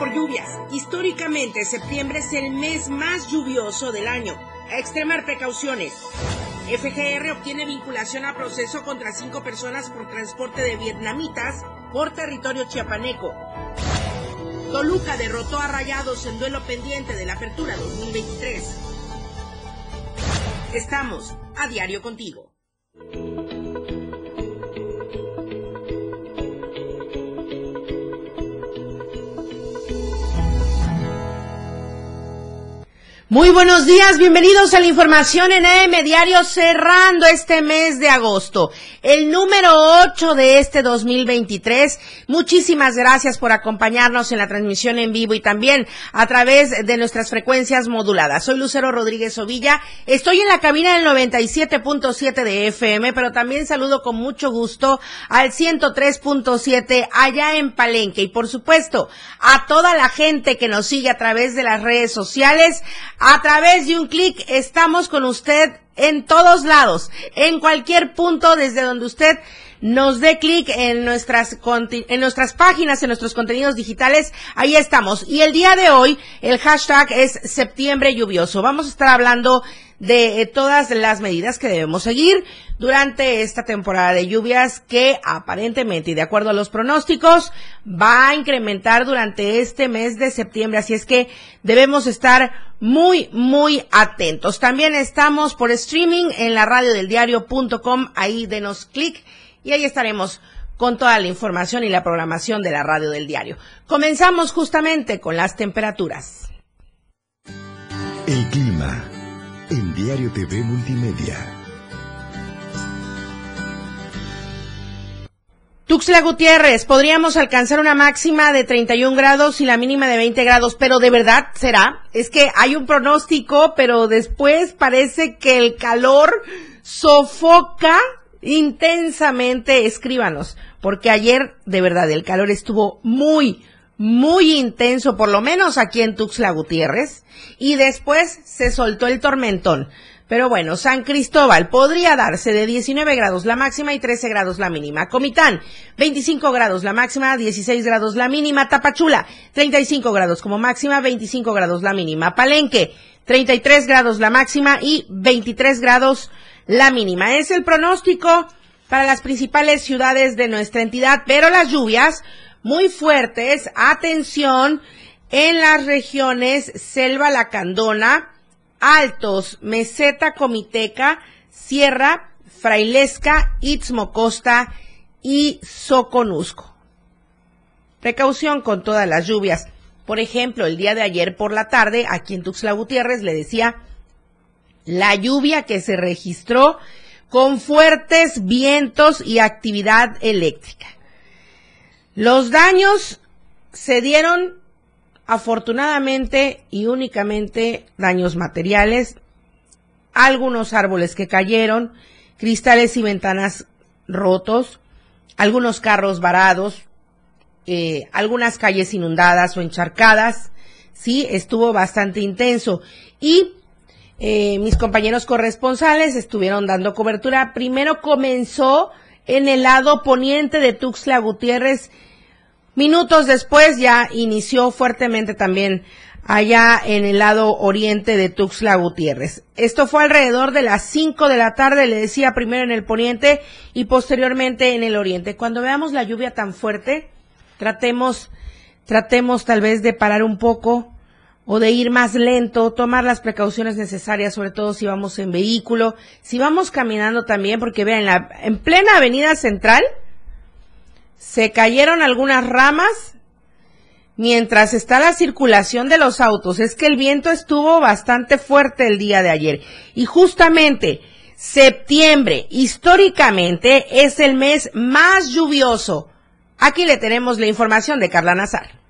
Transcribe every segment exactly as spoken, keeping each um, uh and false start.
por lluvias. Históricamente, septiembre es el mes más lluvioso del año. A extremar precauciones. F G R obtiene vinculación a proceso contra cinco personas por transporte de vietnamitas por territorio chiapaneco. Toluca derrotó a Rayados en duelo pendiente de la Apertura dos mil veintitrés. Estamos a diario contigo. Muy buenos días, bienvenidos a la información en A M Diario, cerrando este mes de agosto, el número ocho de este dos mil veintitrés. Muchísimas gracias por acompañarnos en la transmisión en vivo y también a través de nuestras frecuencias moduladas. Soy Lucero Rodríguez Ovilla, estoy en la cabina del noventa y siete punto siete de F M, pero también saludo con mucho gusto al ciento tres punto siete allá en Palenque y por supuesto a toda la gente que nos sigue a través de las redes sociales. A través de un clic estamos con usted en todos lados, en cualquier punto desde donde usted nos dé clic en nuestras en nuestras páginas, en nuestros contenidos digitales, ahí estamos. Y el día de hoy el hashtag es septiembre lluvioso. Vamos a estar hablando de todas las medidas que debemos seguir durante esta temporada de lluvias que aparentemente y de acuerdo a los pronósticos va a incrementar durante este mes de septiembre, así es que debemos estar muy, muy atentos. También estamos por streaming en la radio del diario punto com, ahí denos clic y ahí estaremos con toda la información y la programación de la radio del diario. Comenzamos justamente con las temperaturas. El clima en Diario T V Multimedia. Tuxtla Gutiérrez, podríamos alcanzar una máxima de treinta y un grados y la mínima de veinte grados, pero ¿de verdad será? Es que hay un pronóstico, pero después parece que el calor sofoca intensamente. Escríbanos, porque ayer de verdad el calor estuvo muy, muy intenso, por lo menos aquí en Tuxtla Gutiérrez, y después se soltó el tormentón. Pero bueno, San Cristóbal podría darse de diecinueve grados la máxima y trece grados la mínima. Comitán, veinticinco grados la máxima, dieciséis grados la mínima. Tapachula, treinta y cinco grados como máxima, veinticinco grados la mínima. Palenque, treinta y tres grados la máxima y veintitrés grados la mínima. Es el pronóstico para las principales ciudades de nuestra entidad, pero las lluvias muy fuertes, atención, en las regiones Selva Lacandona, Altos, Meseta Comiteca, Sierra, Frailesca, Istmo Costa y Soconusco. Precaución con todas las lluvias. Por ejemplo, el día de ayer por la tarde, aquí en Tuxtla Gutiérrez, le decía, la lluvia que se registró con fuertes vientos y actividad eléctrica. Los daños se dieron afortunadamente y únicamente daños materiales, algunos árboles que cayeron, cristales y ventanas rotos, algunos carros varados, eh, algunas calles inundadas o encharcadas. Sí, estuvo bastante intenso y eh, mis compañeros corresponsales estuvieron dando cobertura. Primero comenzó en el lado poniente de Tuxtla Gutiérrez. Minutos después ya inició fuertemente también allá en el lado oriente de Tuxtla Gutiérrez. Esto fue alrededor de las cinco de la tarde, le decía, primero en el poniente y posteriormente en el oriente. Cuando veamos la lluvia tan fuerte, tratemos, tratemos tal vez de parar un poco o de ir más lento, tomar las precauciones necesarias, sobre todo si vamos en vehículo, si vamos caminando también, porque vean, la, en plena avenida central, se cayeron algunas ramas mientras está la circulación de los autos. Es que el viento estuvo bastante fuerte el día de ayer. Y justamente septiembre, históricamente, es el mes más lluvioso. Aquí le tenemos la información de Carla Nazar.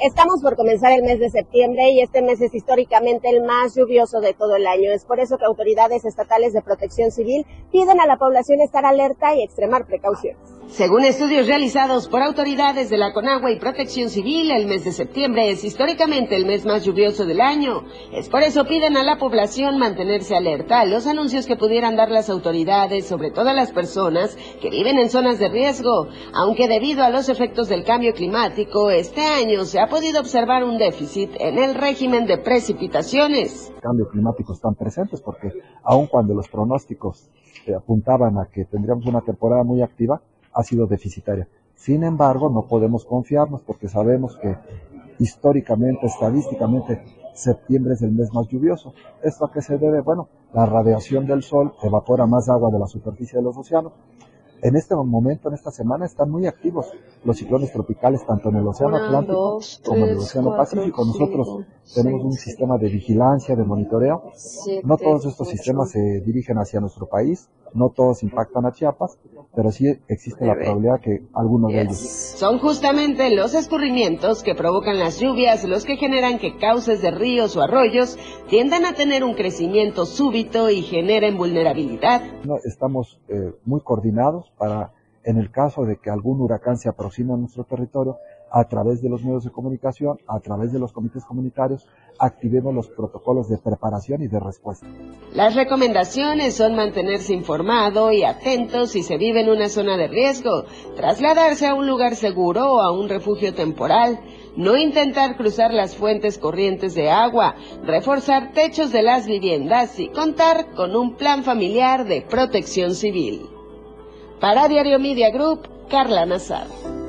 Estamos por comenzar el mes de septiembre y este mes es históricamente el más lluvioso de todo el año. Es por eso que autoridades estatales de protección civil piden a la población estar alerta y extremar precauciones. Según estudios realizados por autoridades de la CONAGUA y Protección Civil, el mes de septiembre es históricamente el mes más lluvioso del año. Es por eso piden a la población mantenerse alerta a los anuncios que pudieran dar las autoridades, sobre todo a las personas que viven en zonas de riesgo. Aunque debido a los efectos del cambio climático, este año se ha podido observar un déficit en el régimen de precipitaciones. Cambio climático están presentes porque aun cuando los pronósticos eh, apuntaban a que tendríamos una temporada muy activa, ha sido deficitaria. Sin embargo, no podemos confiarnos porque sabemos que históricamente, estadísticamente, septiembre es el mes más lluvioso. ¿Esto a qué se debe? Bueno, la radiación del sol evapora más agua de la superficie de los océanos. En este momento, en esta semana, están muy activos los ciclones tropicales, tanto en el Océano Una, Atlántico dos, tres, como en el Océano cuatro, Pacífico. Nosotros cinco, tenemos un seis, sistema de vigilancia, de monitoreo. Siete, no todos estos ocho, sistemas se dirigen hacia nuestro país, no todos impactan a Chiapas, pero sí existe la probabilidad que algunos de ellos. Son justamente los escurrimientos que provocan las lluvias los que generan que cauces de ríos o arroyos tiendan a tener un crecimiento súbito y generen vulnerabilidad. No, estamos eh, muy coordinados para, en el caso de que algún huracán se aproxime a nuestro territorio, a través de los medios de comunicación, a través de los comités comunitarios, activemos los protocolos de preparación y de respuesta. Las recomendaciones son mantenerse informado y atento si se vive en una zona de riesgo, trasladarse a un lugar seguro o a un refugio temporal, no intentar cruzar las fuentes corrientes de agua, reforzar techos de las viviendas y contar con un plan familiar de protección civil. Para Diario Media Group, Carla Nazar.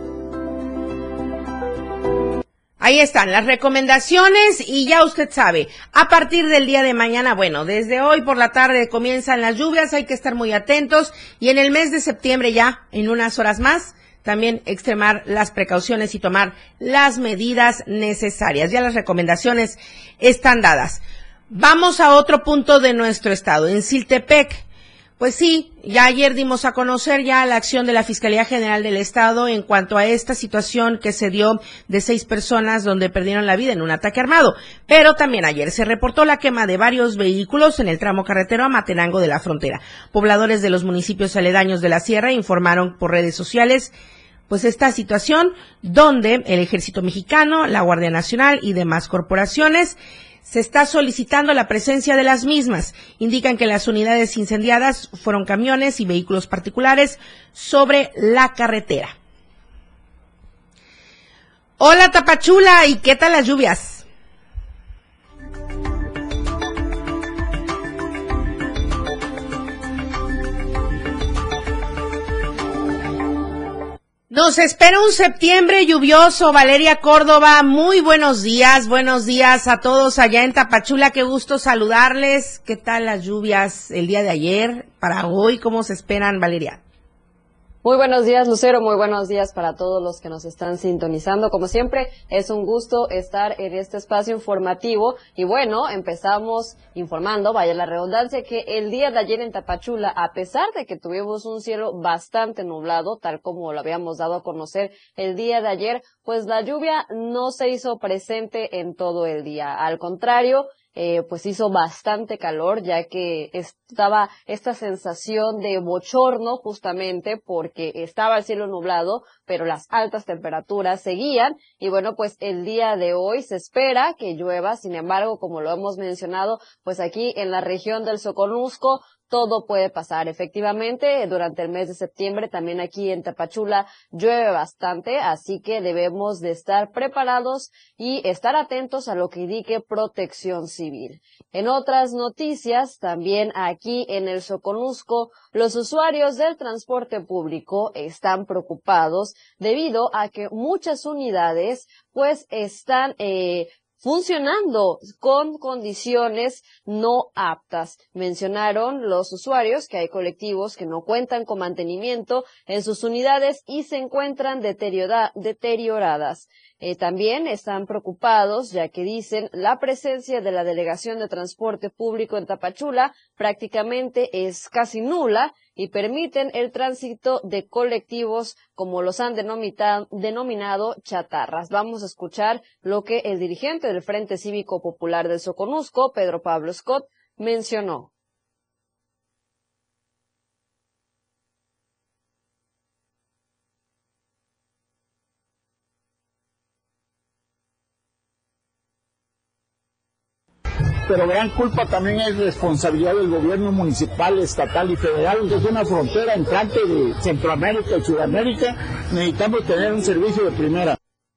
Ahí están las recomendaciones y ya usted sabe, a partir del día de mañana, bueno, desde hoy por la tarde comienzan las lluvias, hay que estar muy atentos y en el mes de septiembre ya, en unas horas más, también extremar las precauciones y tomar las medidas necesarias. Ya las recomendaciones están dadas. Vamos a otro punto de nuestro estado, en Siltepec. Pues sí, ya ayer dimos a conocer ya la acción de la Fiscalía General del Estado en cuanto a esta situación que se dio de seis personas donde perdieron la vida en un ataque armado. Pero también ayer se reportó la quema de varios vehículos en el tramo carretero a Matenango de la Frontera. Pobladores de los municipios aledaños de la Sierra informaron por redes sociales pues esta situación donde el Ejército Mexicano, la Guardia Nacional y demás corporaciones se está solicitando la presencia de las mismas. Indican que las unidades incendiadas fueron camiones y vehículos particulares sobre la carretera. Hola Tapachula, ¿y qué tal las lluvias? Nos espera un septiembre lluvioso, Valeria Córdoba, muy buenos días, buenos días a todos allá en Tapachula, qué gusto saludarles. ¿Qué tal las lluvias el día de ayer? Para hoy, ¿cómo se esperan, Valeria? Muy buenos días, Lucero, muy buenos días para todos los que nos están sintonizando. Como siempre, es un gusto estar en este espacio informativo y bueno, empezamos informando, vaya la redundancia, que el día de ayer en Tapachula, a pesar de que tuvimos un cielo bastante nublado, tal como lo habíamos dado a conocer el día de ayer, pues la lluvia no se hizo presente en todo el día. Al contrario, Eh, pues hizo bastante calor, ya que estaba esta sensación de bochorno justamente porque estaba el cielo nublado, pero las altas temperaturas seguían y bueno, pues el día de hoy se espera que llueva. Sin embargo, como lo hemos mencionado, pues aquí en la región del Soconusco todo puede pasar. Efectivamente, durante el mes de septiembre también aquí en Tapachula llueve bastante, así que debemos de estar preparados y estar atentos a lo que indique Protección Civil. En otras noticias, también aquí en el Soconusco, los usuarios del transporte público están preocupados debido a que muchas unidades pues están eh, funcionando con condiciones no aptas. Mencionaron los usuarios que hay colectivos que no cuentan con mantenimiento en sus unidades y se encuentran deteriora- deterioradas. eh, también están preocupados, ya que dicen la presencia de la Delegación de Transporte Público en Tapachula prácticamente es casi nula y permiten el tránsito de colectivos como los han denomita, denominado chatarras. Vamos a escuchar lo que el dirigente del Frente Cívico Popular del Soconusco, Pedro Pablo Scott, mencionó. Pero gran culpa también es responsabilidad del gobierno municipal, estatal y federal. Es una frontera entrante de Centroamérica y Sudamérica. Necesitamos tener un servicio de primera.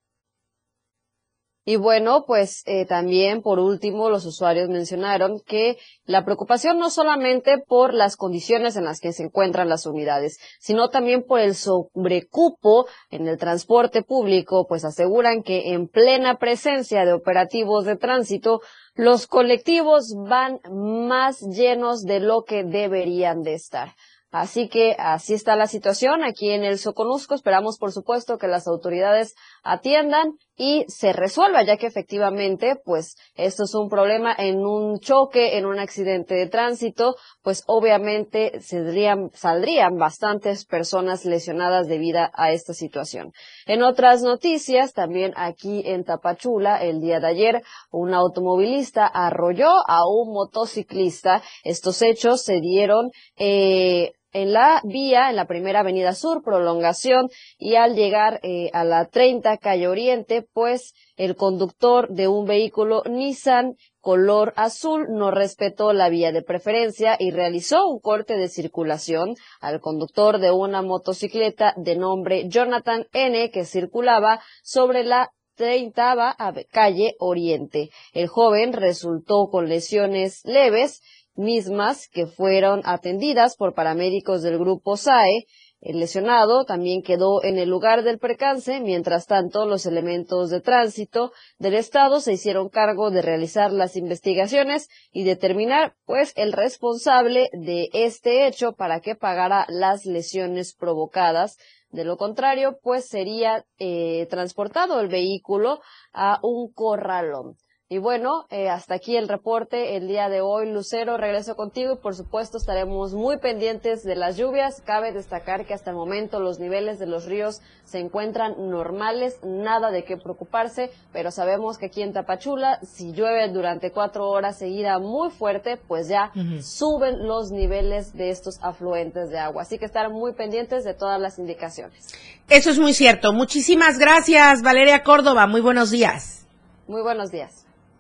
Y bueno, pues eh, también por último los usuarios mencionaron que la preocupación no solamente por las condiciones en las que se encuentran las unidades, sino también por el sobrecupo en el transporte público, pues aseguran que en plena presencia de operativos de tránsito, los colectivos van más llenos de lo que deberían de estar. Así que así está la situación aquí en el Soconusco. Esperamos, por supuesto, que las autoridades atiendan y se resuelva, ya que efectivamente, pues, esto es un problema en un choque, en un accidente de tránsito, pues obviamente saldrían, saldrían bastantes personas lesionadas debido a esta situación. En otras noticias, también aquí en Tapachula, el día de ayer, un automovilista arrolló a un motociclista. Estos hechos se dieron, eh, en la vía, en la primera avenida sur, prolongación, y al llegar eh, a la treinta calle Oriente, pues el conductor de un vehículo Nissan color azul no respetó la vía de preferencia y realizó un corte de circulación al conductor de una motocicleta de nombre Jonathan N, que circulaba sobre la treinta calle Oriente. El joven resultó con lesiones leves, mismas que fueron atendidas por paramédicos del grupo S A E. El lesionado también quedó en el lugar del percance. Mientras tanto, los elementos de tránsito del estado se hicieron cargo de realizar las investigaciones y determinar, pues, el responsable de este hecho para que pagara las lesiones provocadas. De lo contrario, pues, sería eh, transportado el vehículo a un corralón. Y bueno, eh, hasta aquí el reporte el día de hoy. Lucero, regreso contigo y por supuesto estaremos muy pendientes de las lluvias. Cabe destacar que hasta el momento los niveles de los ríos se encuentran normales, nada de qué preocuparse, pero sabemos que aquí en Tapachula, si llueve durante cuatro horas seguida muy fuerte, pues ya uh-huh. suben los niveles de estos afluentes de agua. Así que estar muy pendientes de todas las indicaciones. Eso es muy cierto. Muchísimas gracias, Valeria Córdoba. Muy buenos días. Muy buenos días.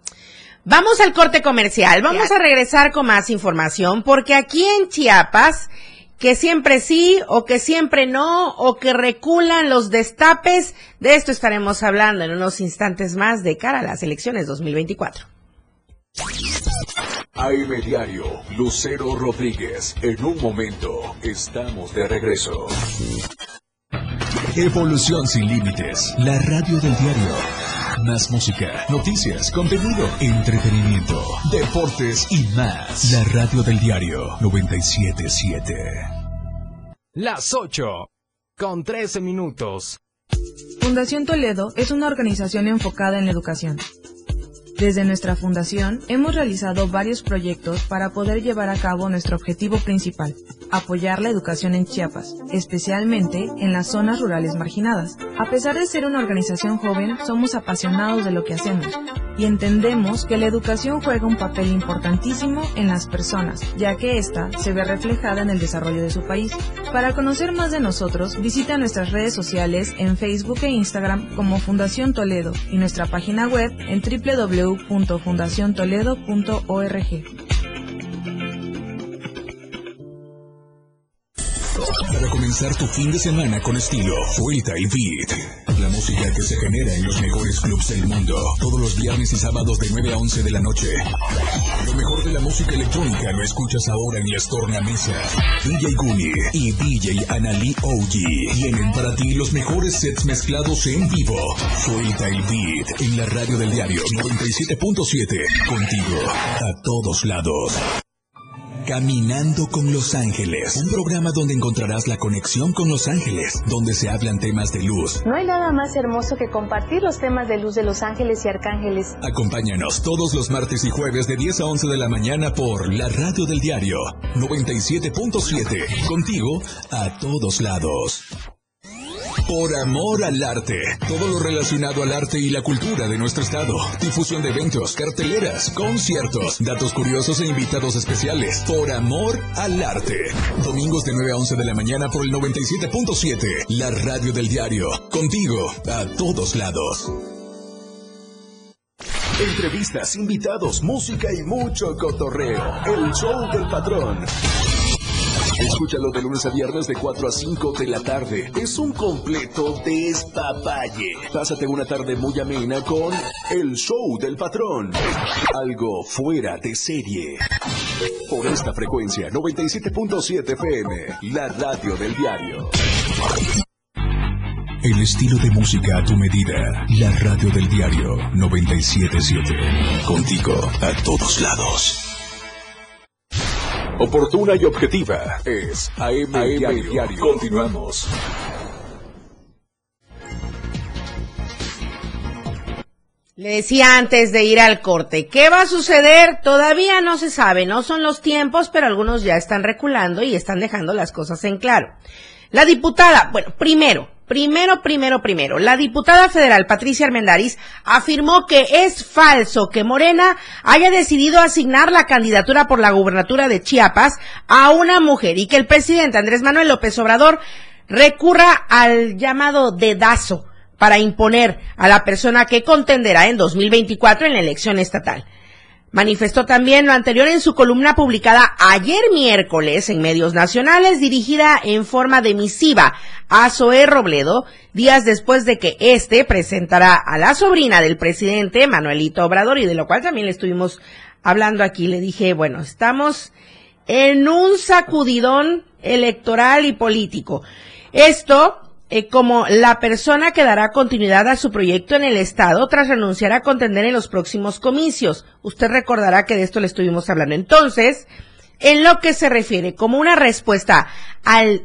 Vamos al corte comercial, vamos a regresar con más información, porque aquí en Chiapas, que siempre sí, o que siempre no, o que reculan los destapes, de esto estaremos hablando en unos instantes más de cara a las elecciones dos mil veinticuatro. A M Diario, Lucero Rodríguez, en un momento, estamos de regreso. Evolución sin límites, la radio del diario. Más música, noticias, contenido, entretenimiento, deportes y más. La radio del diario noventa y siete punto siete. Las ocho, con trece minutos. Fundación Toledo es una organización enfocada en la educación. Desde nuestra fundación hemos realizado varios proyectos para poder llevar a cabo nuestro objetivo principal, apoyar la educación en Chiapas, especialmente en las zonas rurales marginadas. A pesar de ser una organización joven, somos apasionados de lo que hacemos y entendemos que la educación juega un papel importantísimo en las personas, ya que ésta se ve reflejada en el desarrollo de su país. Para conocer más de nosotros, visita nuestras redes sociales en Facebook e Instagram como Fundación Toledo y nuestra página web en doble u doble u doble u punto fundación toledo punto org. Para comenzar tu fin de semana con estilo, Suelta el Beat. La música que se genera en los mejores clubs del mundo. Todos los viernes y sábados de nueve a once de la noche. Lo mejor de la música electrónica lo escuchas ahora en las tornamesas. D J Guni y D J Anali O G tienen para ti los mejores sets mezclados en vivo. Suelta el Beat en la radio del diario noventa y siete punto siete. Contigo a todos lados. Caminando con Los Ángeles, un programa donde encontrarás la conexión con Los Ángeles, donde se hablan temas de luz. No hay nada más hermoso que compartir los temas de luz de Los Ángeles y Arcángeles. Acompáñanos todos los martes y jueves de diez a once de la mañana por la radio del diario noventa y siete punto siete. Contigo a todos lados. Por amor al arte, todo lo relacionado al arte y la cultura de nuestro estado. Difusión de eventos, carteleras, conciertos, datos curiosos e invitados especiales. Por amor al arte. Domingos de nueve a once de la mañana por el noventa y siete punto siete. La radio del diario. Contigo a todos lados. Entrevistas, invitados, música y mucho cotorreo. El show del patrón. Escúchalo de lunes a viernes de cuatro a cinco de la tarde. Es un completo despapalle. Pásate una tarde muy amena con El Show del Patrón. Algo fuera de serie. Por esta frecuencia, noventa y siete punto siete F M, la radio del diario. El estilo de música a tu medida. La radio del diario noventa y siete punto siete. Contigo a todos lados. Oportuna y objetiva es A M, A M Diario. Diario. Continuamos. Le decía antes de ir al corte, ¿qué va a suceder? Todavía no se sabe, no son los tiempos, pero algunos ya están reculando y están dejando las cosas en claro. La diputada, bueno, primero, Primero, primero, primero, la diputada federal Patricia Armendáriz afirmó que es falso que Morena haya decidido asignar la candidatura por la gubernatura de Chiapas a una mujer y que el presidente Andrés Manuel López Obrador recurra al llamado dedazo para imponer a la persona que contenderá en dos mil veinticuatro en la elección estatal. Manifestó también lo anterior en su columna publicada ayer miércoles en medios nacionales, dirigida en forma de misiva a Zoé Robledo, días después de que éste presentara a la sobrina del presidente, Manuelito Obrador, y de lo cual también le estuvimos hablando aquí. Le dije, bueno, estamos en un sacudidón electoral y político. Esto Eh, como la persona que dará continuidad a su proyecto en el Estado tras renunciar a contender en los próximos comicios. Usted recordará que de esto le estuvimos hablando. Entonces, en lo que se refiere como una respuesta al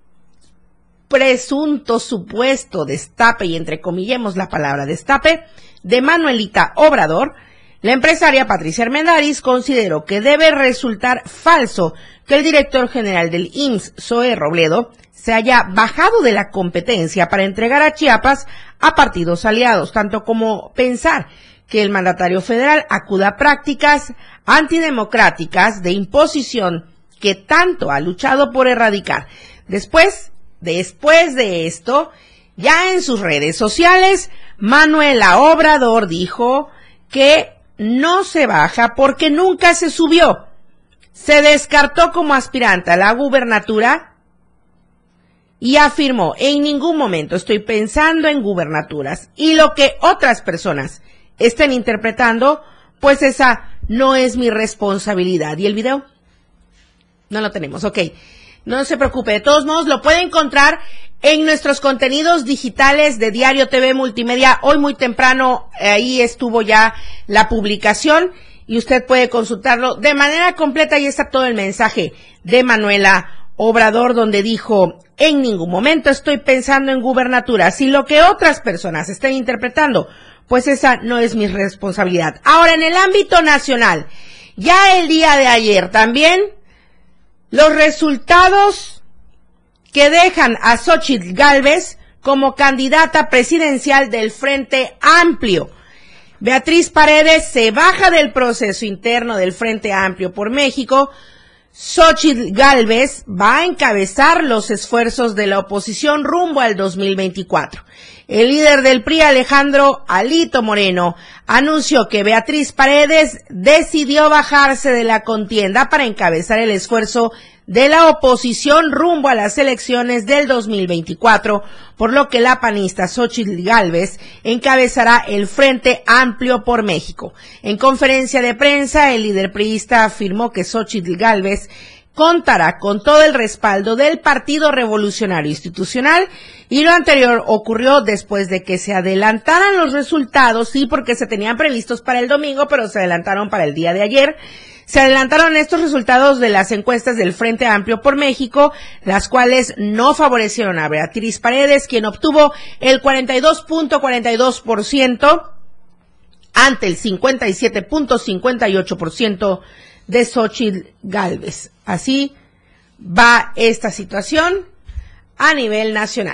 presunto, supuesto destape, y entrecomillemos la palabra destape, de Manuelita Obrador, la empresaria Patricia Armendáriz consideró que debe resultar falso que el director general del I M S S, Zoé Robledo, se haya bajado de la competencia para entregar a Chiapas a partidos aliados, tanto como pensar que el mandatario federal acuda a prácticas antidemocráticas de imposición que tanto ha luchado por erradicar. Después, después de esto, ya en sus redes sociales, Manuela Obrador dijo que no se baja porque nunca se subió. Se descartó como aspirante a la gubernatura y afirmó, en ningún momento estoy pensando en gubernaturas, y lo que otras personas estén interpretando, pues esa no es mi responsabilidad. ¿Y el video? No lo tenemos, ok. No se preocupe, de todos modos lo puede encontrar en nuestros contenidos digitales de Diario T V Multimedia. Hoy muy temprano, ahí estuvo ya la publicación y usted puede consultarlo de manera completa. Y está todo el mensaje de Manuela Obrador, donde dijo, en ningún momento estoy pensando en gubernaturas, y lo que otras personas estén interpretando, pues esa no es mi responsabilidad. Ahora, en el ámbito nacional, ya el día de ayer también, los resultados que dejan a Xóchitl Gálvez como candidata presidencial del Frente Amplio. Beatriz Paredes se baja del proceso interno del Frente Amplio por México. Xóchitl Gálvez va a encabezar los esfuerzos de la oposición rumbo al dos mil veinticuatro. El líder del P R I, Alejandro Alito Moreno, anunció que Beatriz Paredes decidió bajarse de la contienda para encabezar el esfuerzo de la oposición rumbo a las elecciones del dos mil veinticuatro, por lo que la panista Xóchitl Gálvez encabezará el Frente Amplio por México. En conferencia de prensa, el líder priista afirmó que Xóchitl Gálvez contará con todo el respaldo del Partido Revolucionario Institucional, y lo anterior ocurrió después de que se adelantaran los resultados, sí, porque se tenían previstos para el domingo, pero se adelantaron para el día de ayer. Se adelantaron estos resultados de las encuestas del Frente Amplio por México, las cuales no favorecieron a Beatriz Paredes, quien obtuvo el cuarenta y dos punto cuarenta y dos por ciento ante el cincuenta y siete punto cincuenta y ocho por ciento de Xóchitl Gálvez. Así va esta situación a nivel nacional.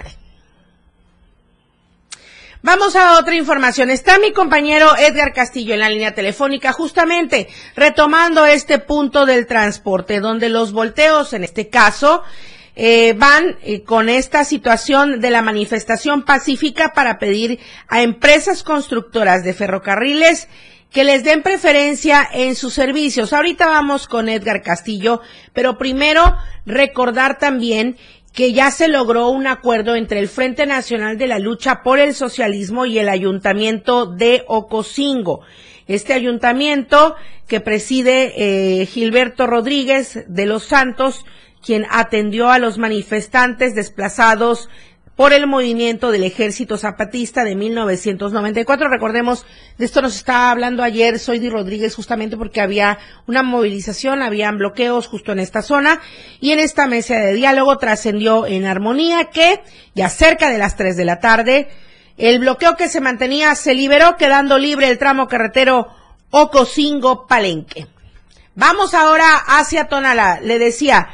Vamos a otra información. Está mi compañero Edgar Castillo en la línea telefónica, justamente retomando este punto del transporte, donde los volteos, en este caso, eh, van eh, con esta situación de la manifestación pacífica para pedir a empresas constructoras de ferrocarriles que les den preferencia en sus servicios. Ahorita vamos con Edgar Castillo, pero primero recordar también que ya se logró un acuerdo entre el Frente Nacional de la Lucha por el Socialismo y el Ayuntamiento de Ocosingo. Este ayuntamiento que preside eh, Gilberto Rodríguez de los Santos, quien atendió a los manifestantes desplazados por el movimiento del Ejército Zapatista de mil novecientos noventa y cuatro. Recordemos, de esto nos estaba hablando ayer Zoidi Rodríguez, justamente porque había una movilización, habían bloqueos justo en esta zona, y en esta mesa de diálogo trascendió en armonía que ya cerca de las tres de la tarde, el bloqueo que se mantenía se liberó, quedando libre el tramo carretero Ocosingo-Palenque. Vamos ahora hacia Tonalá. Le decía,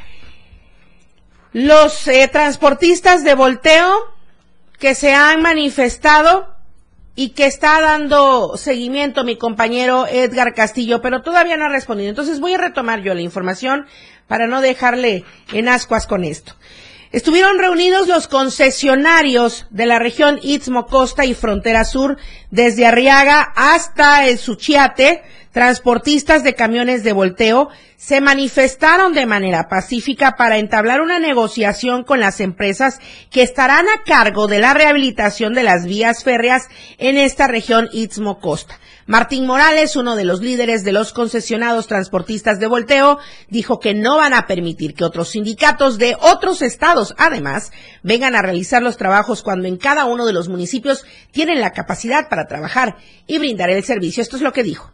los eh, transportistas de volteo que se han manifestado y que está dando seguimiento mi compañero Edgar Castillo, pero todavía no ha respondido. Entonces voy a retomar yo la información para no dejarle en ascuas con esto. Estuvieron reunidos los concesionarios de la región Istmo, Costa y Frontera Sur, desde Arriaga hasta el Suchiate. Transportistas de camiones de volteo se manifestaron de manera pacífica para entablar una negociación con las empresas que estarán a cargo de la rehabilitación de las vías férreas en esta región Istmo Costa. Martín Morales, uno de los líderes de los concesionados transportistas de volteo, dijo que no van a permitir que otros sindicatos de otros estados, además, vengan a realizar los trabajos cuando en cada uno de los municipios tienen la capacidad para trabajar y brindar el servicio. Esto es lo que dijo.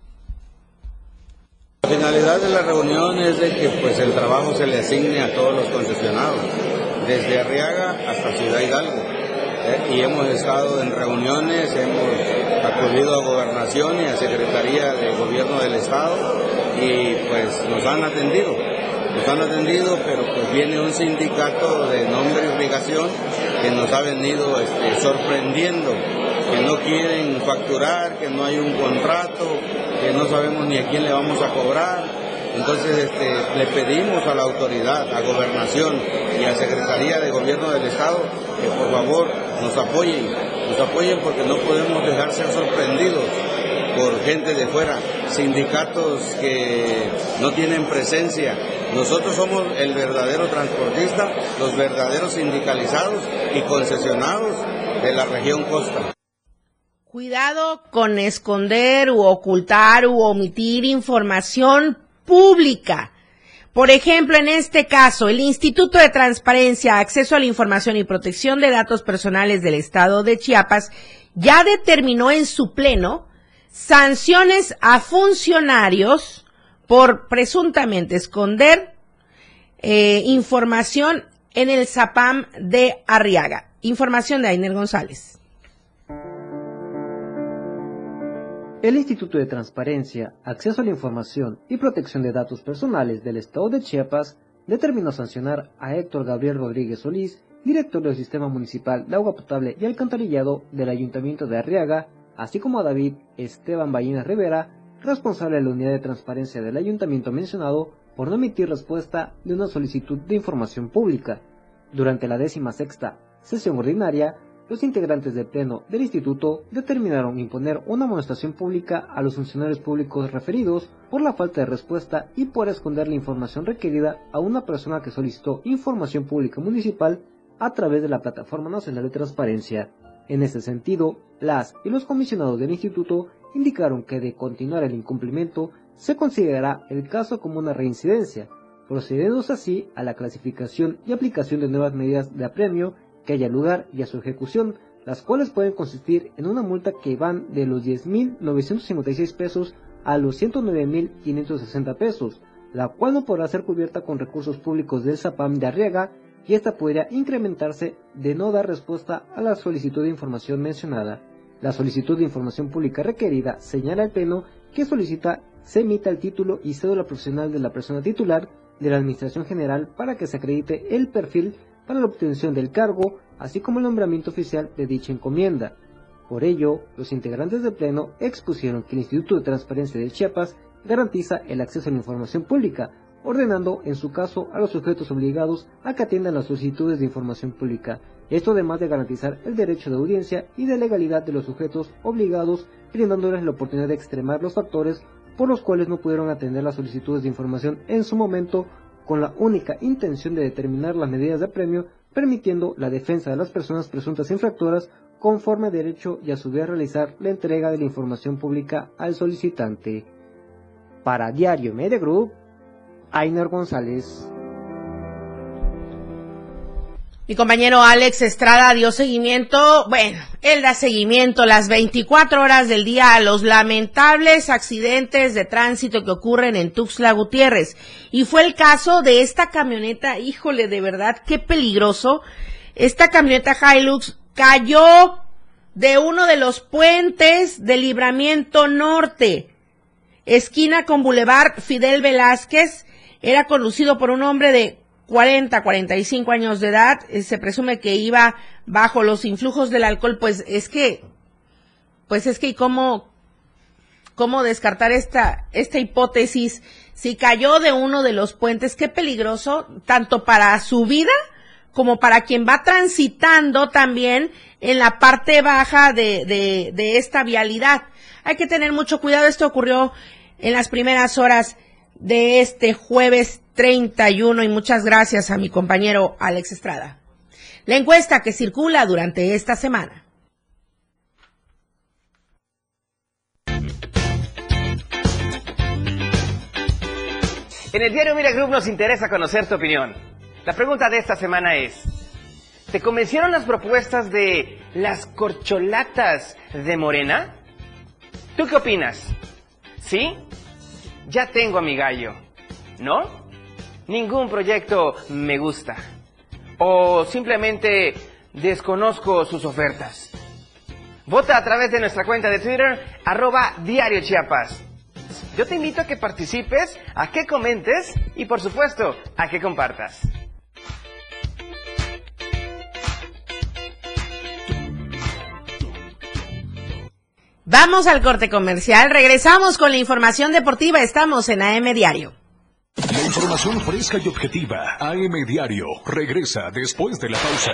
La finalidad de la reunión es de que pues el trabajo se le asigne a todos los concesionados, desde Arriaga hasta Ciudad Hidalgo, ¿eh? Y hemos estado en reuniones, hemos acudido a Gobernación y a Secretaría de Gobierno del Estado y pues nos han atendido, nos han atendido, pero pues viene un sindicato de nombre y obligación que nos ha venido este, sorprendiendo, que no quieren facturar, que no hay un contrato, que no sabemos ni a quién le vamos a cobrar. Entonces este, le pedimos a la autoridad, a Gobernación y a Secretaría de Gobierno del Estado que por favor nos apoyen, nos apoyen porque no podemos dejar ser sorprendidos por gente de fuera, sindicatos que no tienen presencia. Nosotros somos el verdadero transportista, los verdaderos sindicalizados y concesionados de la región Costa. Cuidado con esconder u ocultar u omitir información pública. Por ejemplo, en este caso, el Instituto de Transparencia, Acceso a la Información y Protección de Datos Personales del Estado de Chiapas ya determinó en su pleno sanciones a funcionarios por presuntamente esconder eh, información en el ZAPAM de Arriaga. Información de Ainer González. El Instituto de Transparencia, Acceso a la Información y Protección de Datos Personales del Estado de Chiapas determinó sancionar a Héctor Gabriel Rodríguez Solís, director del Sistema Municipal de Agua Potable y Alcantarillado del Ayuntamiento de Arriaga, así como a David Esteban Ballines Rivera, responsable de la Unidad de Transparencia del Ayuntamiento mencionado, por no emitir respuesta de una solicitud de información pública. Durante la décima sexta sesión ordinaria, los integrantes del Pleno del Instituto determinaron imponer una amonestación pública a los funcionarios públicos referidos por la falta de respuesta y por esconder la información requerida a una persona que solicitó información pública municipal a través de la Plataforma Nacional de Transparencia. En este sentido, las y los comisionados del Instituto indicaron que de continuar el incumplimiento se considerará el caso como una reincidencia, procediéndose así a la clasificación y aplicación de nuevas medidas de apremio que haya lugar y a su ejecución, las cuales pueden consistir en una multa que van de los diez mil novecientos cincuenta y seis pesos a los ciento nueve mil quinientos sesenta pesos, la cual no podrá ser cubierta con recursos públicos del SAPAM de Arriaga, y esta podría incrementarse de no dar respuesta a la solicitud de información mencionada. La solicitud de información pública requerida señala al Pleno que solicita se emita el título y cédula profesional de la persona titular de la Administración General para que se acredite el perfil para la obtención del cargo, así como el nombramiento oficial de dicha encomienda. Por ello, los integrantes del Pleno expusieron que el Instituto de Transparencia de Chiapas garantiza el acceso a la información pública, ordenando en su caso a los sujetos obligados a que atiendan las solicitudes de información pública. Esto además de garantizar el derecho de audiencia y de legalidad de los sujetos obligados, brindándoles la oportunidad de extremar los factores por los cuales no pudieron atender las solicitudes de información en su momento, con la única intención de determinar las medidas de apremio, permitiendo la defensa de las personas presuntas infractoras conforme a derecho y a su vez realizar la entrega de la información pública al solicitante. Para Diario Media Group, Ainer González. Mi compañero Alex Estrada dio seguimiento, bueno, él da seguimiento las veinticuatro horas del día a los lamentables accidentes de tránsito que ocurren en Tuxtla Gutiérrez. Y fue el caso de esta camioneta, híjole, de verdad, qué peligroso. Esta camioneta Hilux cayó de uno de los puentes del Libramiento Norte, esquina con Boulevard Fidel Velázquez. Era conducido por un hombre de cuarenta, cuarenta y cinco años de edad, se presume que iba bajo los influjos del alcohol. Pues es que, pues es que, ¿cómo, cómo descartar esta, esta hipótesis? Si cayó de uno de los puentes, qué peligroso, tanto para su vida, como para quien va transitando también en la parte baja de, de, de esta vialidad. Hay que tener mucho cuidado, esto ocurrió en las primeras horas de este jueves treinta y uno, y muchas gracias a mi compañero Alex Estrada. La encuesta que circula durante esta semana. En el diario Mira Group nos interesa conocer tu opinión. La pregunta de esta semana es: ¿te convencieron las propuestas de las corcholatas de Morena? ¿Tú qué opinas? ¿Sí? Ya tengo a mi gallo. ¿No? Ningún proyecto me gusta. O simplemente desconozco sus ofertas. Vota a través de nuestra cuenta de Twitter, arroba Diario Chiapas. Yo te invito a que participes, a que comentes y por supuesto, a que compartas. Vamos al corte comercial, regresamos con la información deportiva, estamos en A M Diario. La información fresca y objetiva, A M Diario, regresa después de la pausa.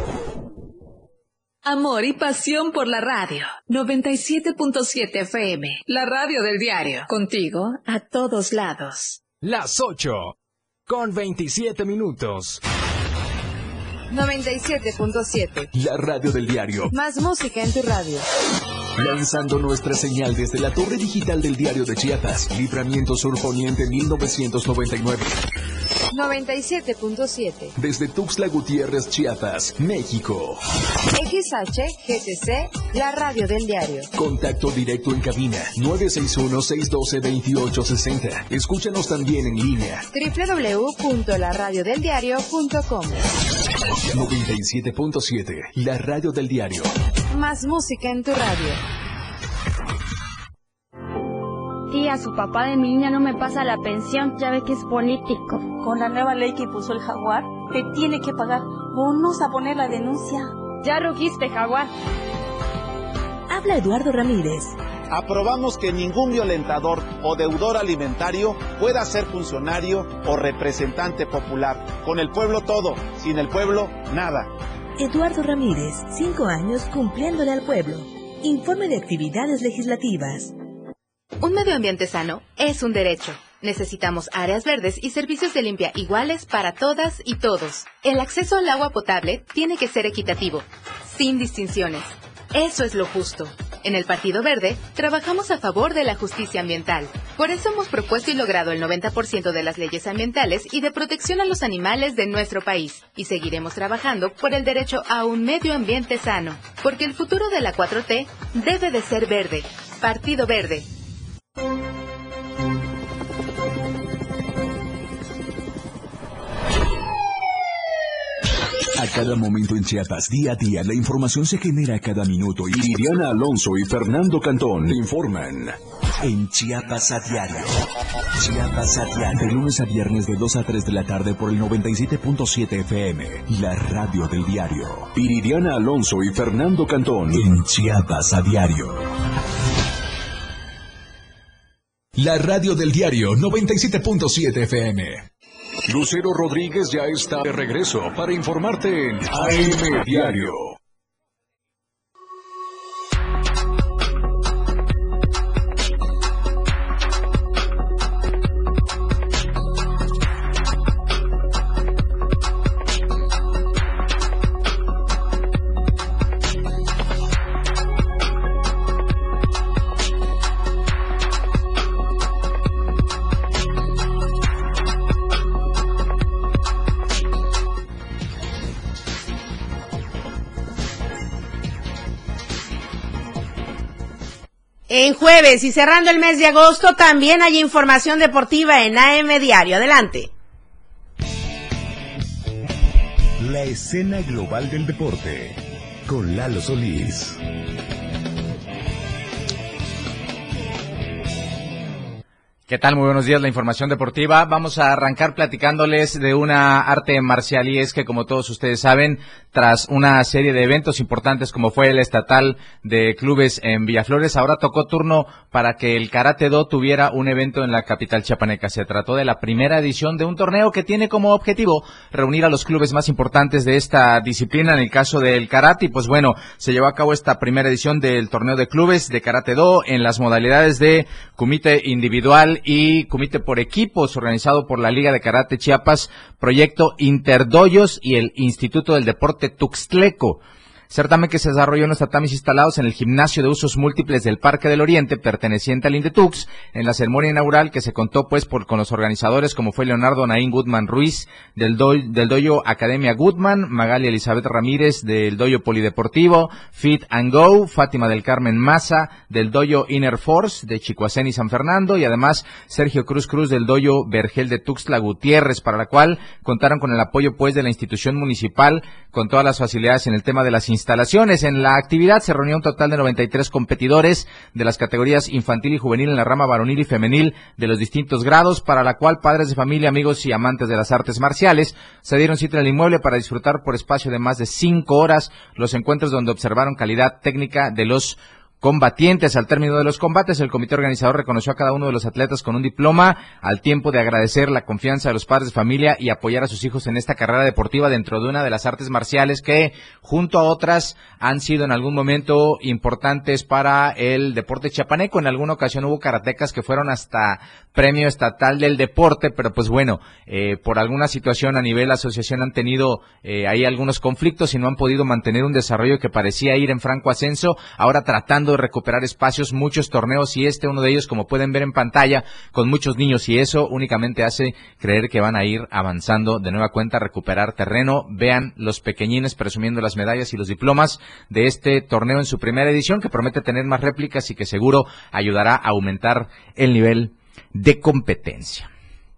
Amor y pasión por la radio. noventa y siete punto siete F M, la radio del diario. Contigo a todos lados. Las ocho, con veintisiete minutos. noventa y siete punto siete. La radio del diario. Más música en tu radio. Lanzando nuestra señal desde la torre digital del Diario de Chiapas, Libramiento Sur Poniente mil novecientos noventa y nueve. noventa y siete punto siete. Desde Tuxtla Gutiérrez, Chiapas, México. X H G T C, la radio del diario. Contacto directo en cabina nueve seis uno, seis uno dos, dos ocho seis cero. Escúchanos también en línea doble u doble u doble u punto la radio del diario punto com. noventa y siete punto siete, la radio del diario. Más música en tu radio. Tía, su papá de mi niña no me pasa la pensión, ya ve que es político. Con la nueva ley que impuso el Jaguar, te tiene que pagar. Ponnos a poner la denuncia. Ya rugiste, Jaguar. Habla Eduardo Ramírez. Aprobamos que ningún violentador o deudor alimentario pueda ser funcionario o representante popular. Con el pueblo todo, sin el pueblo nada. Eduardo Ramírez, cinco años cumpliéndole al pueblo. Informe de actividades legislativas. Un medio ambiente sano es un derecho. Necesitamos áreas verdes y servicios de limpia iguales para todas y todos. El acceso al agua potable tiene que ser equitativo, sin distinciones. Eso es lo justo. En el Partido Verde, trabajamos a favor de la justicia ambiental. Por eso hemos propuesto y logrado el noventa por ciento de las leyes ambientales y de protección a los animales de nuestro país. Y seguiremos trabajando por el derecho a un medio ambiente sano. Porque el futuro de la cuatro T debe de ser verde. Partido Verde. A cada momento en Chiapas, día a día, la información se genera a cada minuto y Viridiana Alonso y Fernando Cantón te informan en Chiapas a diario. Chiapas a diario. De lunes a viernes de dos a tres de la tarde por el noventa y siete punto siete F M, la radio del diario. Viridiana Alonso y Fernando Cantón en Chiapas a diario. La radio del diario noventa y siete punto siete F M. Lucero Rodríguez ya está de regreso para informarte en A M Diario. En jueves y cerrando el mes de agosto también hay información deportiva en A M Diario. Adelante. La escena global del deporte con Lalo Solís. ¿Qué tal? Muy buenos días, la información deportiva. Vamos a arrancar platicándoles de una arte marcial y es que, como todos ustedes saben, tras una serie de eventos importantes como fue el estatal de clubes en Villaflores, ahora tocó turno para que el Karate Do tuviera un evento en la capital chiapaneca. Se trató de la primera edición de un torneo que tiene como objetivo reunir a los clubes más importantes de esta disciplina, en el caso del karate. Y pues bueno, se llevó a cabo esta primera edición del torneo de clubes de Karate Do en las modalidades de kumite individual y kumite por equipos, organizado por la Liga de Karate Chiapas, Proyecto Interdoyos y el Instituto del Deporte Tuxtleco. Certamen que se desarrolló en los tatamis instalados en el gimnasio de usos múltiples del Parque del Oriente, perteneciente al Indetux, en la ceremonia inaugural que se contó pues por con los organizadores como fue Leonardo Naín Goodman Ruiz del, do, del dojo Academia Goodman, Magali Elizabeth Ramírez del dojo Polideportivo, Fit and Go, Fátima del Carmen Maza del dojo Inner Force de Chicoacén y San Fernando, y además Sergio Cruz Cruz del dojo Vergel de Tuxtla Gutiérrez, para la cual contaron con el apoyo pues de la institución municipal con todas las facilidades en el tema de las instalaciones. En la actividad se reunió un total de noventa y tres competidores de las categorías infantil y juvenil en la rama varonil y femenil de los distintos grados, para la cual padres de familia, amigos y amantes de las artes marciales se dieron cita en el inmueble para disfrutar por espacio de más de cinco horas los encuentros, donde observaron calidad técnica de los combatientes. Al término de los combates, el comité organizador reconoció a cada uno de los atletas con un diploma, al tiempo de agradecer la confianza de los padres de familia y apoyar a sus hijos en esta carrera deportiva dentro de una de las artes marciales que, junto a otras, han sido en algún momento importantes para el deporte chiapaneco. En alguna ocasión hubo karatecas que fueron hasta premio estatal del deporte, pero pues bueno, eh, por alguna situación a nivel asociación han tenido eh, ahí algunos conflictos y no han podido mantener un desarrollo que parecía ir en franco ascenso, ahora tratando de recuperar espacios, muchos torneos, y este uno de ellos, como pueden ver en pantalla, con muchos niños, y eso únicamente hace creer que van a ir avanzando de nueva cuenta a recuperar terreno. Vean los pequeñines presumiendo las medallas y los diplomas de este torneo en su primera edición, que promete tener más réplicas y que seguro ayudará a aumentar el nivel de competencia.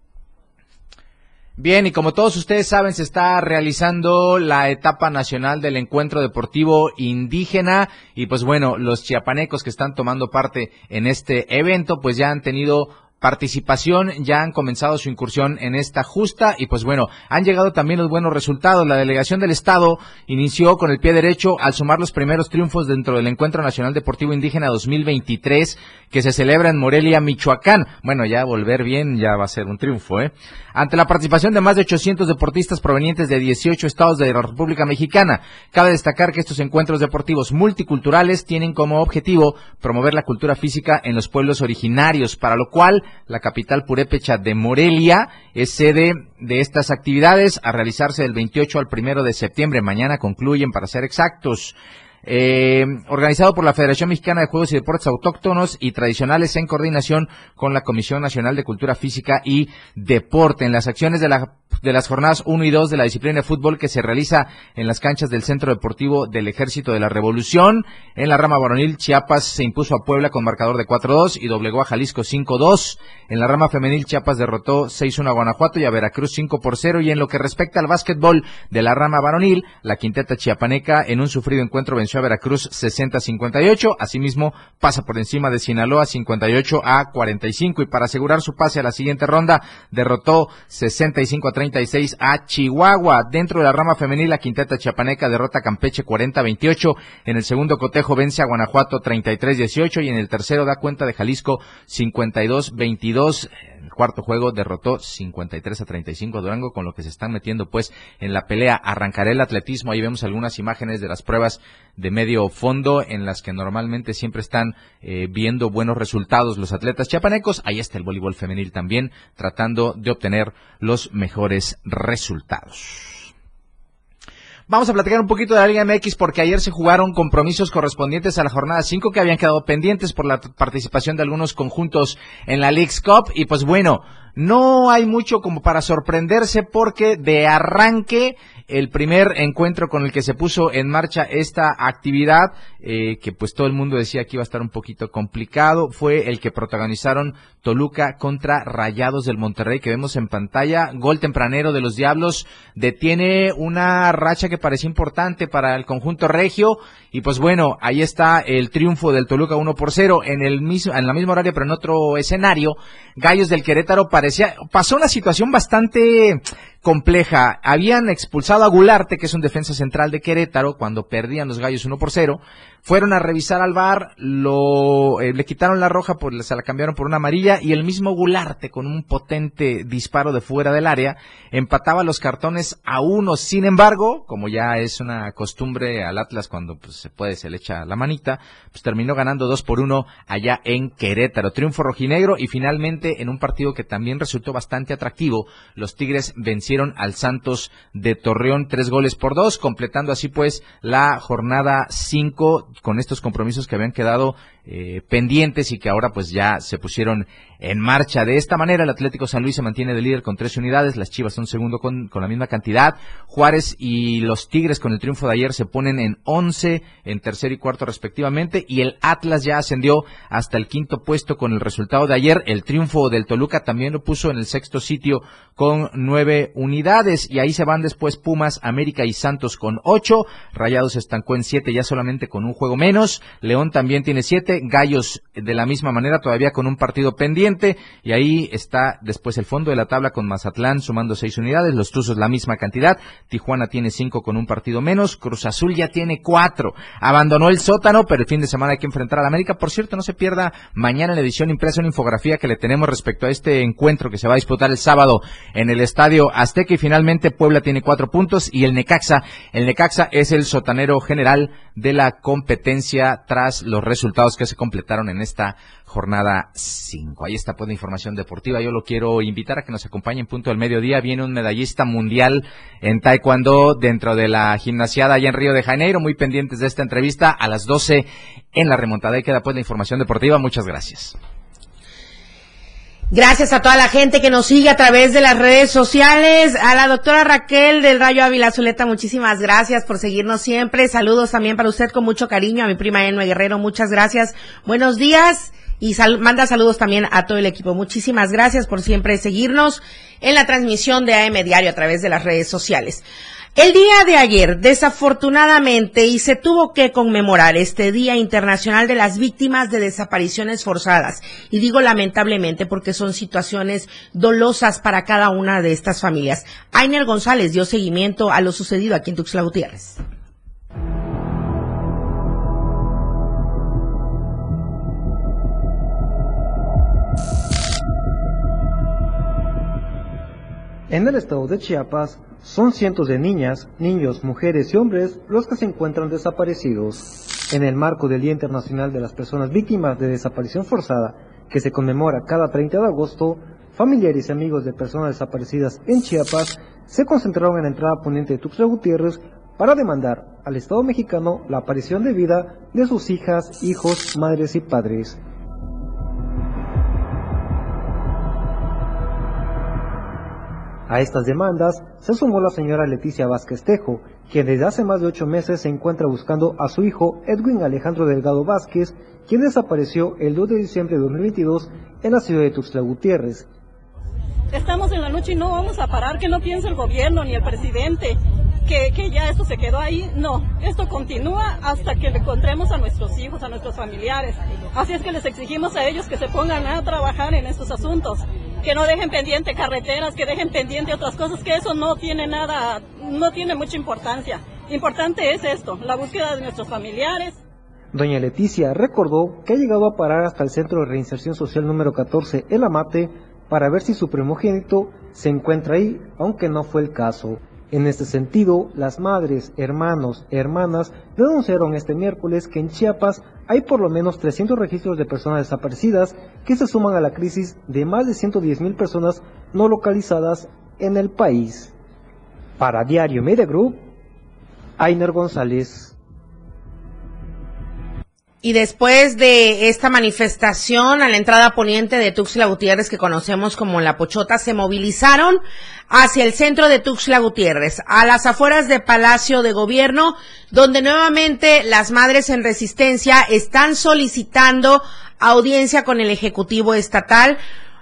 Bien, y como todos ustedes saben, se está realizando la etapa nacional del encuentro deportivo indígena, y pues bueno, los chiapanecos que están tomando parte en este evento pues ya han tenido participación, ya han comenzado su incursión en esta justa, y pues bueno, han llegado también los buenos resultados. La delegación del estado inició con el pie derecho al sumar los primeros triunfos dentro del Encuentro Nacional Deportivo Indígena dos mil veintitrés, que se celebra en Morelia, Michoacán. Bueno, ya volver bien ya va a ser un triunfo, ¿eh? Ante la participación de más de ochocientos deportistas provenientes de dieciocho estados de la República Mexicana. Cabe destacar que estos encuentros deportivos multiculturales tienen como objetivo promover la cultura física en los pueblos originarios, para lo cual la capital purépecha de Morelia es sede de estas actividades, a realizarse del veintiocho al primero de septiembre. Mañana concluyen, para ser exactos. eh, organizado por la Federación Mexicana de Juegos y Deportes Autóctonos y Tradicionales en coordinación con la Comisión Nacional de Cultura Física y Deporte. En las acciones de la de las jornadas uno y dos de la disciplina de fútbol que se realiza en las canchas del Centro Deportivo del Ejército de la Revolución, en la rama varonil, Chiapas se impuso a Puebla con marcador de cuatro dos y doblegó a Jalisco cinco dos. En la rama femenil, Chiapas derrotó seis uno a Guanajuato y a Veracruz cinco por cero. Y en lo que respecta al básquetbol de la rama varonil, la quinteta chiapaneca en un sufrido encuentro venció a Veracruz sesenta a cincuenta y ocho. Asimismo, pasa por encima de Sinaloa cincuenta y ocho a cuarenta y cinco. Y para asegurar su pase a la siguiente ronda, derrotó sesenta y cinco a treinta y seis a Chihuahua. Dentro de la rama femenil, la quinteta chiapaneca derrota a Campeche cuarenta a veintiocho. En el segundo cotejo vence a Guanajuato treinta y tres a dieciocho y en el tercero da cuenta de Jalisco cincuenta y dos a veintidós. En el cuarto juego derrotó cincuenta y tres a treinta y cinco a Durango, con lo que se están metiendo pues en la pelea. Arrancará el atletismo. Ahí vemos algunas imágenes de las pruebas de medio fondo en las que normalmente siempre están eh, viendo buenos resultados los atletas chiapanecos. Ahí está el voleibol femenil también, tratando de obtener los mejores resultados. Vamos a platicar un poquito de la Liga M X porque ayer se jugaron compromisos correspondientes a la jornada cinco que habían quedado pendientes por la participación de algunos conjuntos en la Leagues Cup. Y pues bueno, no hay mucho como para sorprenderse porque de arranque el primer encuentro con el que se puso en marcha esta actividad, eh, que pues todo el mundo decía que iba a estar un poquito complicado, fue el que protagonizaron Toluca contra Rayados del Monterrey, que vemos en pantalla. Gol tempranero de los Diablos detiene una racha que parecía importante para el conjunto regio. Y pues bueno, ahí está el triunfo del Toluca uno por cero. En el mismo, en la misma horario, pero en otro escenario, Gallos del Querétaro parecía, pasó una situación bastante compleja. Habían expulsado a Gularte, que es un defensa central de Querétaro, cuando perdían los Gallos uno por cero. Fueron a revisar al V A R, lo, eh, le quitaron la roja, pues se la cambiaron por una amarilla, y el mismo Gularte, con un potente disparo de fuera del área, empataba los cartones a uno. Sin embargo, como ya es una costumbre al Atlas cuando pues, se puede, se le echa la manita, pues terminó ganando dos por uno allá en Querétaro. Triunfo rojinegro, y finalmente, en un partido que también resultó bastante atractivo, los Tigres vencieron al Santos de Torreón tres goles por dos, completando así pues la jornada cinco con estos compromisos que habían quedado eh, pendientes y que ahora pues ya se pusieron en marcha. De esta manera, el Atlético San Luis se mantiene de líder con trece unidades, las Chivas son segundo con, con la misma cantidad, Juárez y los Tigres con el triunfo de ayer se ponen en once, en tercero y cuarto respectivamente, y el Atlas ya ascendió hasta el quinto puesto con el resultado de ayer. El triunfo del Toluca también lo puso en el sexto sitio con nueve unidades, y ahí se van después Pumas, América y Santos con ocho, Rayados se estancó en siete ya solamente con un juego menos, León también tiene siete, Gallos de la misma manera todavía con un partido pendiente, y ahí está después el fondo de la tabla con Mazatlán sumando seis unidades, los Tuzos la misma cantidad, Tijuana tiene cinco con un partido menos, Cruz Azul ya tiene cuatro, abandonó el sótano, pero el fin de semana hay que enfrentar al América. Por cierto, no se pierda mañana en la edición impresa una infografía que le tenemos respecto a este encuentro que se va a disputar el sábado en el Estadio Azteca. Y finalmente Puebla tiene cuatro puntos y el Necaxa, el Necaxa es el sotanero general de la competencia tras los resultados que se completaron en esta jornada cinco. Ahí está pues la información deportiva. Yo lo quiero invitar a que nos acompañe en punto del mediodía. Viene un medallista mundial en taekwondo dentro de la gimnasiada allá en Río de Janeiro. Muy pendientes de esta entrevista a las doce en la remontada. Y queda pues la información deportiva. Muchas gracias. Gracias a toda la gente que nos sigue a través de las redes sociales. A la doctora Raquel del Rayo Ávila Zuleta, muchísimas gracias por seguirnos siempre. Saludos también para usted con mucho cariño. A mi prima Enue Guerrero, muchas gracias. Buenos días. Y sal- manda saludos también a todo el equipo. Muchísimas gracias por siempre seguirnos en la transmisión de A M Diario a través de las redes sociales. El día de ayer, desafortunadamente, y se tuvo que conmemorar este Día Internacional de las Víctimas de Desapariciones Forzadas. Y digo lamentablemente porque son situaciones dolosas para cada una de estas familias. Ainer González dio seguimiento a lo sucedido aquí en Tuxtla Gutiérrez. En el estado de Chiapas, son cientos de niñas, niños, mujeres y hombres los que se encuentran desaparecidos. En el marco del Día Internacional de las Personas Víctimas de Desaparición Forzada, que se conmemora cada treinta de agosto, familiares y amigos de personas desaparecidas en Chiapas se concentraron en la entrada poniente de Tuxtla Gutiérrez para demandar al Estado mexicano la aparición de vida de sus hijas, hijos, madres y padres. A estas demandas se sumó la señora Leticia Vázquez Tejo, quien desde hace más de ocho meses se encuentra buscando a su hijo Edwin Alejandro Delgado Vázquez, quien desapareció el dos de diciembre de dos mil veintidós en la ciudad de Tuxtla Gutiérrez. Estamos en la lucha y no vamos a parar, que no piense el gobierno ni el presidente que, que ya esto se quedó ahí. No, esto continúa hasta que encontremos a nuestros hijos, a nuestros familiares. Así es que les exigimos a ellos que se pongan a trabajar en estos asuntos, que no dejen pendiente carreteras, que dejen pendiente otras cosas, que eso no tiene nada, no tiene mucha importancia. Importante es esto, la búsqueda de nuestros familiares. Doña Leticia recordó que ha llegado a parar hasta el Centro de Reinserción Social número catorce, El Amate, para ver si su primogénito se encuentra ahí, aunque no fue el caso. En este sentido, las madres, hermanos, hermanas denunciaron este miércoles que en Chiapas hay por lo menos trescientos registros de personas desaparecidas que se suman a la crisis de más de ciento diez mil personas no localizadas en el país. Para Diario Media Group, Ainer González. Y después de esta manifestación a la entrada poniente de Tuxtla Gutiérrez, que conocemos como La Pochota, se movilizaron hacia el centro de Tuxtla Gutiérrez, a las afueras de Palacio de Gobierno, donde nuevamente las madres en resistencia están solicitando audiencia con el Ejecutivo Estatal.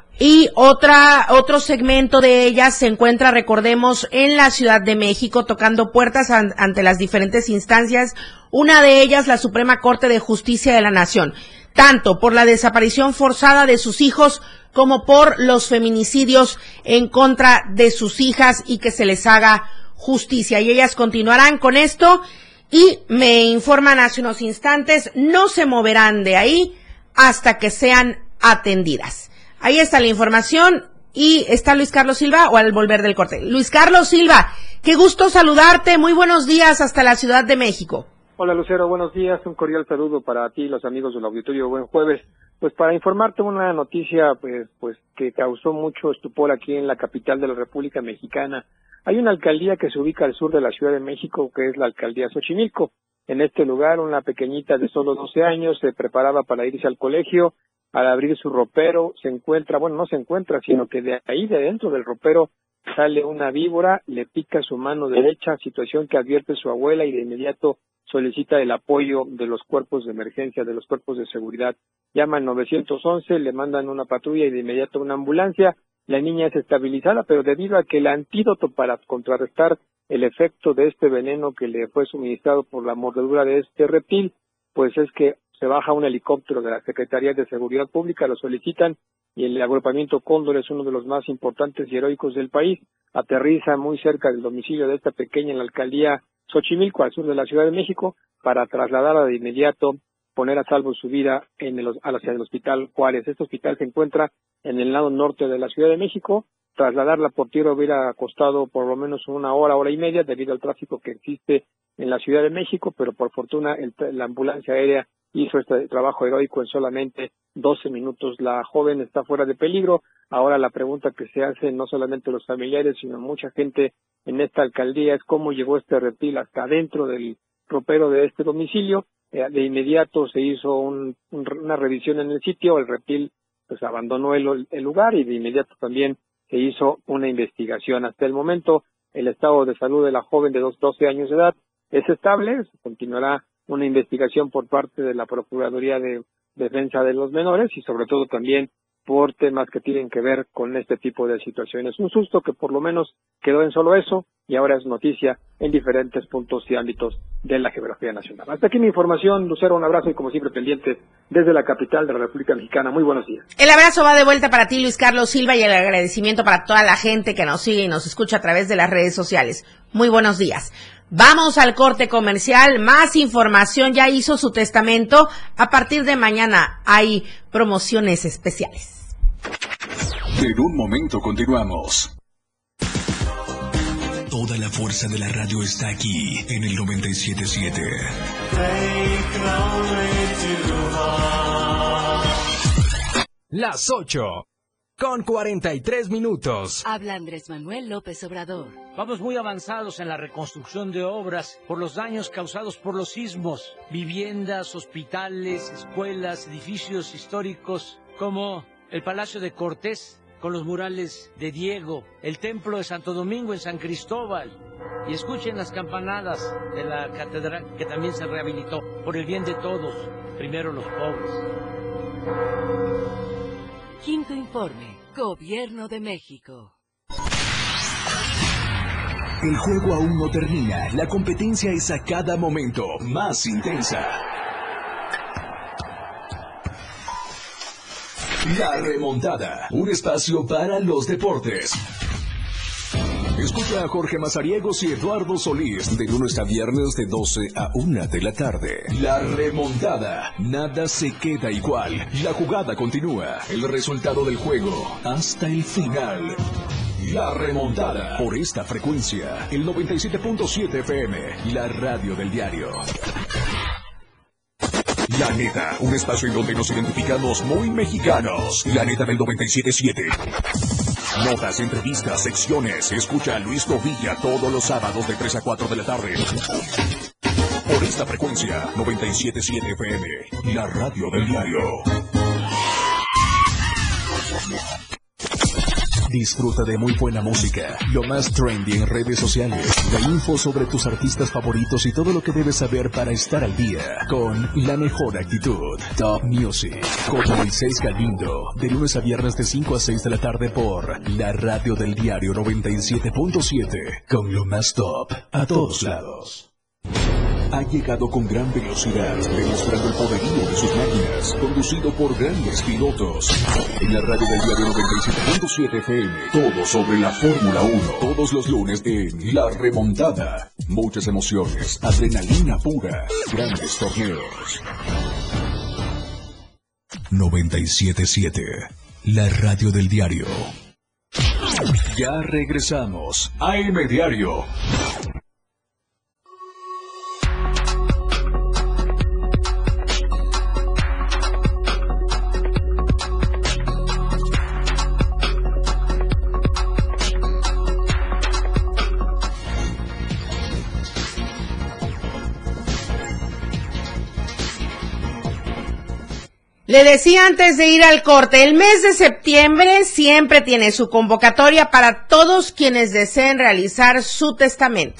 Y otra, otro segmento de ellas se encuentra, recordemos, en la Ciudad de México, tocando puertas an, ante las diferentes instancias, una de ellas la Suprema Corte de Justicia de la Nación, tanto por la desaparición forzada de sus hijos como por los feminicidios en contra de sus hijas y que se les haga justicia. Y ellas continuarán con esto y me informan hace unos instantes, no se moverán de ahí hasta que sean atendidas. Ahí está la información y está Luis Carlos Silva o al volver del corte. Luis Carlos Silva, qué gusto saludarte, muy buenos días hasta la Ciudad de México. Hola Lucero, buenos días, un cordial saludo para ti y los amigos del auditorio, buen jueves. Pues para informarte una noticia pues pues que causó mucho estupor aquí en la capital de la República Mexicana. Hay una alcaldía que se ubica al sur de la Ciudad de México, que es la alcaldía Xochimilco. En este lugar, una pequeñita de solo doce años se preparaba para irse al colegio. Al abrir su ropero se encuentra, bueno, no se encuentra, sino que de ahí, de dentro del ropero, sale una víbora, le pica su mano derecha, situación que advierte su abuela y de inmediato solicita el apoyo de los cuerpos de emergencia, de los cuerpos de seguridad. Llaman nueve once, le mandan una patrulla y de inmediato una ambulancia. La niña es estabilizada, pero debido a que el antídoto para contrarrestar el efecto de este veneno que le fue suministrado por la mordedura de este reptil, pues es que se baja un helicóptero de la Secretaría de Seguridad Pública, lo solicitan, y el agrupamiento Cóndor es uno de los más importantes y heroicos del país, aterriza muy cerca del domicilio de esta pequeña en la alcaldía Xochimilco, al sur de la Ciudad de México, para trasladarla de inmediato, poner a salvo su vida en el, hacia el Hospital Juárez. Este hospital se encuentra en el lado norte de la Ciudad de México. Trasladarla por tierra hubiera costado por lo menos una hora, hora y media, debido al tráfico que existe en la Ciudad de México, pero por fortuna el, la ambulancia aérea hizo este trabajo heroico en solamente doce minutos. La joven está fuera de peligro. Ahora la pregunta que se hace no solamente los familiares, sino mucha gente en esta alcaldía es cómo llegó este reptil hasta dentro del ropero de este domicilio. Eh, de inmediato se hizo un, un, una revisión en el sitio, el reptil pues abandonó el, el lugar y de inmediato también se hizo una investigación. Hasta el momento el estado de salud de la joven de doce años de edad es estable, se continuará una investigación por parte de la Procuraduría de Defensa de los Menores y sobre todo también por temas que tienen que ver con este tipo de situaciones. Un susto que por lo menos quedó en solo eso y ahora es noticia en diferentes puntos y ámbitos de la geografía nacional. Hasta aquí mi información, Lucero, un abrazo y como siempre pendientes desde la capital de la República Mexicana. Muy buenos días. El abrazo va de vuelta para ti, Luis Carlos Silva, y el agradecimiento para toda la gente que nos sigue y nos escucha a través de las redes sociales. Muy buenos días. Vamos al corte comercial, más información, ya hizo su testamento, a partir de mañana hay promociones especiales. En un momento continuamos. Toda la fuerza de la radio está aquí en el noventa y siete punto siete. Las ocho con cuarenta y tres minutos. Habla Andrés Manuel López Obrador. Vamos muy avanzados en la reconstrucción de obras por los daños causados por los sismos. Viviendas, hospitales, escuelas, edificios históricos como el Palacio de Cortés con los murales de Diego, el Templo de Santo Domingo en San Cristóbal. Y escuchen las campanadas de la catedral que también se rehabilitó por el bien de todos, primero los pobres. Quinto informe, Gobierno de México. El juego aún no termina, la competencia es a cada momento más intensa. La remontada, un espacio para los deportes. Escucha a Jorge Mazariegos y Eduardo Solís de lunes a viernes de doce a una de la tarde. La remontada. Nada se queda igual. La jugada continúa. El resultado del juego hasta el final. La remontada. Por esta frecuencia, el noventa y siete punto siete F M, la radio del diario. La Neta, un espacio en donde nos identificamos muy mexicanos. La Neta del noventa y siete punto siete. Notas, entrevistas, secciones. Escucha a Luis Covilla todos los sábados de tres a cuatro de la tarde. Por esta frecuencia, noventa y siete punto siete F M, la radio del diario. Disfruta de muy buena música, lo más trendy en redes sociales, la info sobre tus artistas favoritos y todo lo que debes saber para estar al día con la mejor actitud. Top Music con Moisés Galindo, de lunes a viernes de cinco a seis de la tarde por la radio del diario noventa y siete punto siete, con lo más top a todos lados. Ha llegado con gran velocidad, demostrando el poderío de sus máquinas, conducido por grandes pilotos. En la radio del diario noventa y siete punto siete F M, todo sobre la Fórmula uno, todos los lunes en La Remontada. Muchas emociones, adrenalina pura, grandes torneos. noventa y siete punto siete, la radio del diario. Ya regresamos, A M Diario. Le decía antes de ir al corte, el mes de septiembre siempre tiene su convocatoria para todos quienes deseen realizar su testamento.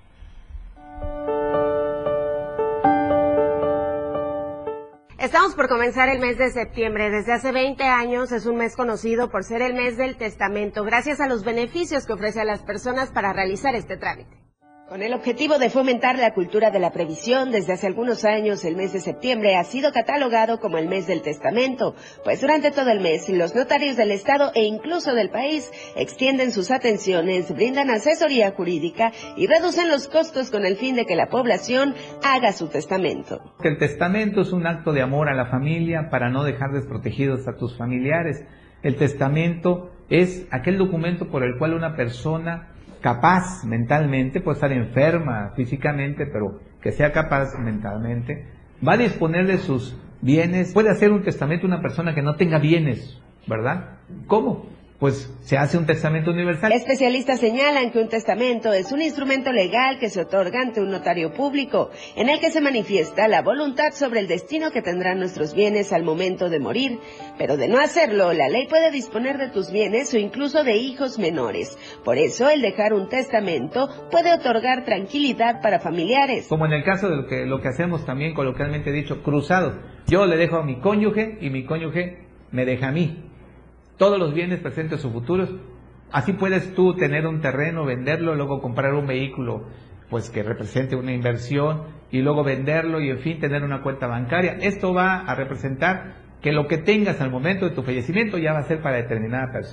Estamos por comenzar el mes de septiembre. Desde hace veinte años es un mes conocido por ser el mes del testamento, gracias a los beneficios que ofrece a las personas para realizar este trámite. Con el objetivo de fomentar la cultura de la previsión, desde hace algunos años el mes de septiembre ha sido catalogado como el mes del testamento, pues durante todo el mes los notarios del Estado e incluso del país extienden sus atenciones, brindan asesoría jurídica y reducen los costos con el fin de que la población haga su testamento. El testamento es un acto de amor a la familia para no dejar desprotegidos a tus familiares. El testamento es aquel documento por el cual una persona capaz mentalmente, puede estar enferma físicamente, pero que sea capaz mentalmente, va a disponer de sus bienes. Puede hacer un testamento una persona que no tenga bienes, ¿verdad? ¿Cómo? Pues se hace un testamento universal. Especialistas señalan que un testamento es un instrumento legal que se otorga ante un notario público, en el que se manifiesta la voluntad sobre el destino que tendrán nuestros bienes al momento de morir. Pero de no hacerlo, la ley puede disponer de tus bienes o incluso de hijos menores. Por eso, el dejar un testamento puede otorgar tranquilidad para familiares. Como en el caso de lo que, lo que hacemos también coloquialmente dicho, cruzados. Yo le dejo a mi cónyuge y mi cónyuge me deja a mí todos los bienes presentes o futuros. Así puedes tú tener un terreno, venderlo, luego comprar un vehículo pues que represente una inversión y luego venderlo y en fin tener una cuenta bancaria. Esto va a representar que lo que tengas al momento de tu fallecimiento ya va a ser para determinada persona.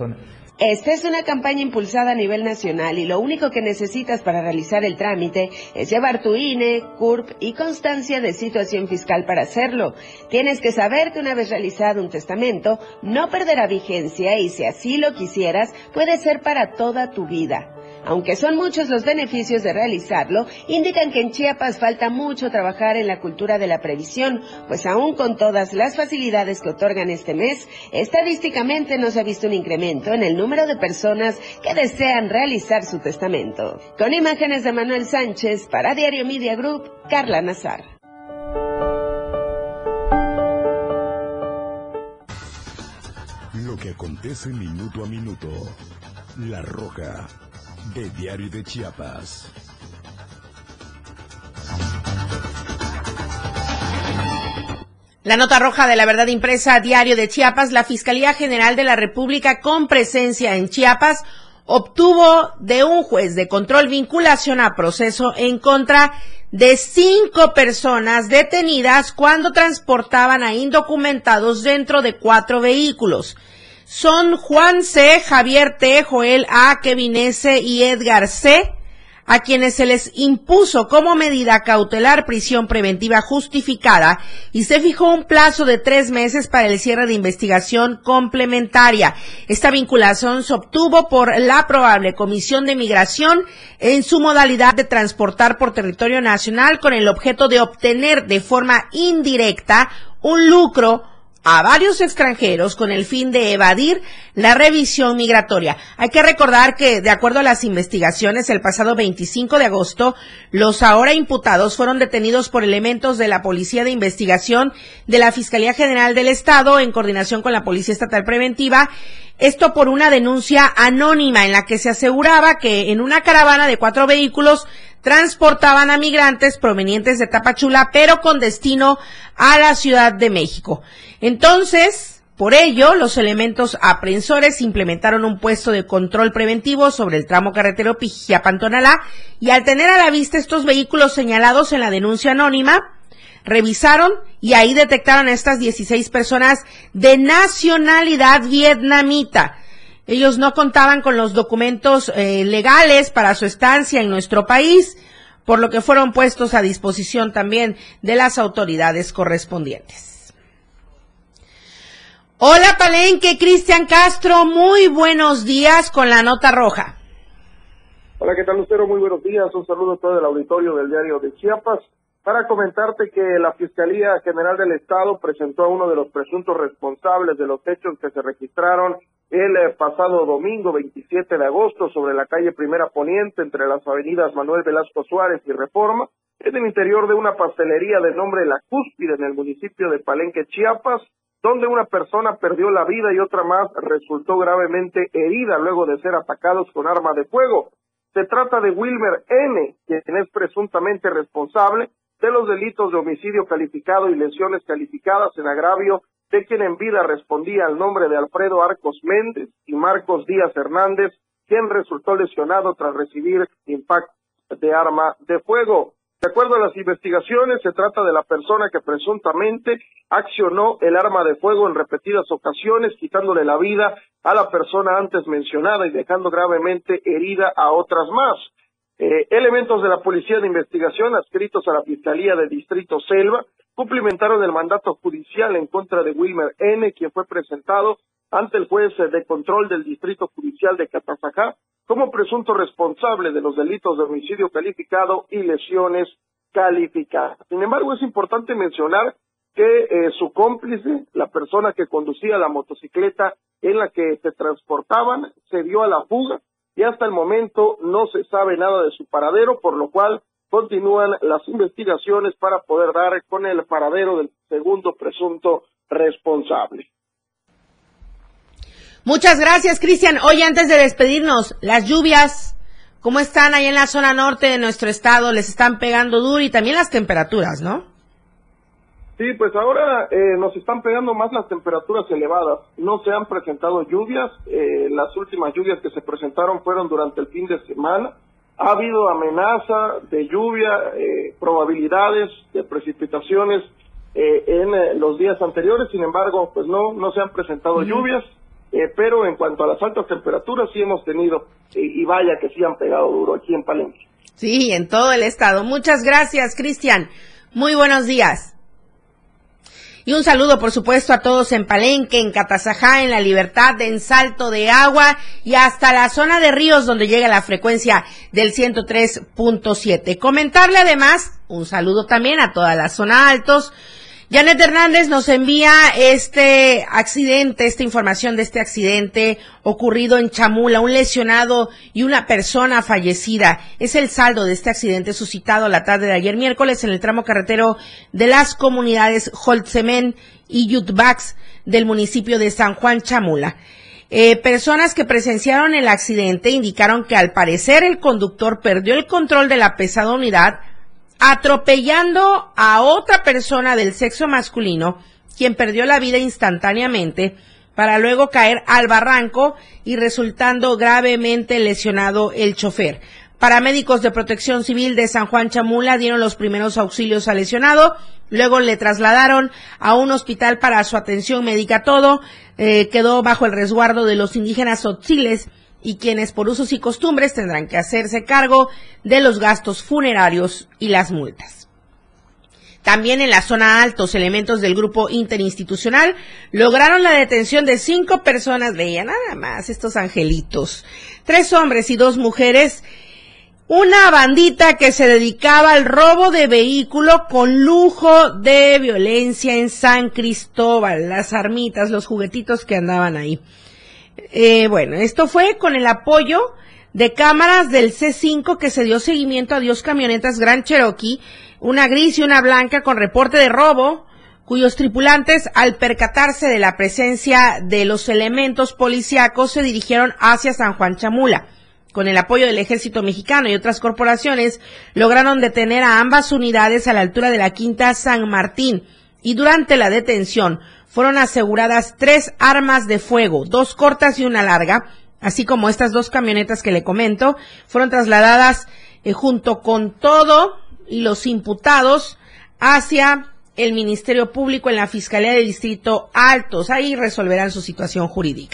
Esta es una campaña impulsada a nivel nacional y lo único que necesitas para realizar el trámite es llevar tu I N E, C U R P y constancia de situación fiscal para hacerlo. Tienes que saber que una vez realizado un testamento, no perderá vigencia y si así lo quisieras, puede ser para toda tu vida. Aunque son muchos los beneficios de realizarlo, indican que en Chiapas falta mucho trabajar en la cultura de la previsión, pues aún con todas las facilidades que otorgan este mes, estadísticamente no se ha visto un incremento en el número de personas que desean realizar su testamento. Con imágenes de Manuel Sánchez, para Diario Media Group, Carla Nazar. Lo que acontece minuto a minuto. La Roja, de Diario de Chiapas. La nota roja de La Verdad Impresa, Diario de Chiapas. La Fiscalía General de la República, con presencia en Chiapas, obtuvo de un juez de control vinculación a proceso en contra de cinco personas detenidas cuando transportaban a indocumentados dentro de cuatro vehículos. Son Juan C., Javier T., Joel A., Kevin S. y Edgar C., a quienes se les impuso como medida cautelar prisión preventiva justificada y se fijó un plazo de tres meses para el cierre de investigación complementaria. Esta vinculación se obtuvo por la probable comisión de migración en su modalidad de transportar por territorio nacional con el objeto de obtener de forma indirecta un lucro a varios extranjeros con el fin de evadir la revisión migratoria. Hay que recordar que, de acuerdo a las investigaciones, el pasado veinticinco de agosto, los ahora imputados fueron detenidos por elementos de la Policía de Investigación de la Fiscalía General del Estado en coordinación con la Policía Estatal Preventiva, esto por una denuncia anónima en la que se aseguraba que en una caravana de cuatro vehículos transportaban a migrantes provenientes de Tapachula, pero con destino a la Ciudad de México. Entonces, por ello, los elementos aprensores implementaron un puesto de control preventivo sobre el tramo carretero Pijiapan-Tonalá y al tener a la vista estos vehículos señalados en la denuncia anónima, revisaron y ahí detectaron a estas dieciséis personas de nacionalidad vietnamita. Ellos no contaban con los documentos eh, legales para su estancia en nuestro país, por lo que fueron puestos a disposición también de las autoridades correspondientes. Hola Palenque, Cristian Castro, muy buenos días con la nota roja. Hola, ¿qué tal, Lucero? Muy buenos días, un saludo a todo el auditorio del Diario de Chiapas. Para comentarte que la Fiscalía General del Estado presentó a uno de los presuntos responsables de los hechos que se registraron el eh, pasado domingo veintisiete de agosto sobre la calle Primera Poniente entre las avenidas Manuel Velasco Suárez y Reforma, en el interior de una pastelería de nombre La Cúspide en el municipio de Palenque, Chiapas, donde una persona perdió la vida y otra más resultó gravemente herida luego de ser atacados con arma de fuego. Se trata de Wilmer N., quien es presuntamente responsable de los delitos de homicidio calificado y lesiones calificadas en agravio de quien en vida respondía al nombre de Alfredo Arcos Méndez y Marcos Díaz Hernández, quien resultó lesionado tras recibir impacto de arma de fuego. De acuerdo a las investigaciones, se trata de la persona que presuntamente accionó el arma de fuego en repetidas ocasiones, quitándole la vida a la persona antes mencionada y dejando gravemente herida a otras más. Eh, elementos de la Policía de Investigación adscritos a la Fiscalía de Distrito Selva cumplimentaron el mandato judicial en contra de Wilmer N., quien fue presentado ante el juez de control del Distrito Judicial de Catazajá como presunto responsable de los delitos de homicidio calificado y lesiones calificadas. Sin embargo, es importante mencionar que eh, su cómplice, la persona que conducía la motocicleta en la que se transportaban, se dio a la fuga y hasta el momento no se sabe nada de su paradero, por lo cual continúan las investigaciones para poder dar con el paradero del segundo presunto responsable. Muchas gracias, Cristian. Oye, antes de despedirnos, las lluvias, ¿cómo están ahí en la zona norte de nuestro estado? Les están pegando duro y también las temperaturas, ¿no? Sí, pues ahora eh, nos están pegando más las temperaturas elevadas. No se han presentado lluvias. Eh, las últimas lluvias que se presentaron fueron durante el fin de semana. Ha habido amenaza de lluvia, eh, probabilidades de precipitaciones eh, en eh, los días anteriores. Sin embargo, pues no, no se han presentado uh-huh. lluvias. eh, pero en cuanto a las altas temperaturas sí hemos tenido, eh, y vaya que sí han pegado duro aquí en Palenque. Sí, en todo el estado. Muchas gracias, Cristian. Muy buenos días. Y un saludo, por supuesto, a todos en Palenque, en Catazajá, en La Libertad, en Salto de Agua y hasta la zona de Ríos, donde llega la frecuencia del ciento tres punto siete. Comentarle además, un saludo también a toda la zona Altos. Janet Hernández nos envía este accidente, esta información de este accidente ocurrido en Chamula, un lesionado y una persona fallecida. Es el saldo de este accidente suscitado la tarde de ayer miércoles en el tramo carretero de las comunidades Holtzemen y Yutbax del municipio de San Juan Chamula. Eh, personas que presenciaron el accidente indicaron que al parecer el conductor perdió el control de la pesada unidad, atropellando a otra persona del sexo masculino, quien perdió la vida instantáneamente, para luego caer al barranco y resultando gravemente lesionado el chofer. Paramédicos de Protección Civil de San Juan Chamula dieron los primeros auxilios al lesionado, luego le trasladaron a un hospital para su atención médica. Todo eh, quedó bajo el resguardo de los indígenas tzotziles, y quienes por usos y costumbres tendrán que hacerse cargo de los gastos funerarios y las multas. También en la zona Altos, elementos del grupo interinstitucional lograron la detención de cinco personas, veía nada más estos angelitos, tres hombres y dos mujeres, una bandita que se dedicaba al robo de vehículo con lujo de violencia en San Cristóbal, las armitas, los juguetitos que andaban ahí. Eh, bueno, esto fue con el apoyo de cámaras del C cinco que se dio seguimiento a dos camionetas Grand Cherokee, una gris y una blanca con reporte de robo, cuyos tripulantes, al percatarse de la presencia de los elementos policíacos, se dirigieron hacia San Juan Chamula. Con el apoyo del Ejército Mexicano y otras corporaciones, lograron detener a ambas unidades a la altura de la Quinta San Martín, y durante la detención fueron aseguradas tres armas de fuego, dos cortas y una larga, así como estas dos camionetas que le comento, fueron trasladadas eh, junto con todo y los imputados hacia el Ministerio Público en la Fiscalía del Distrito Altos. Ahí resolverán su situación jurídica.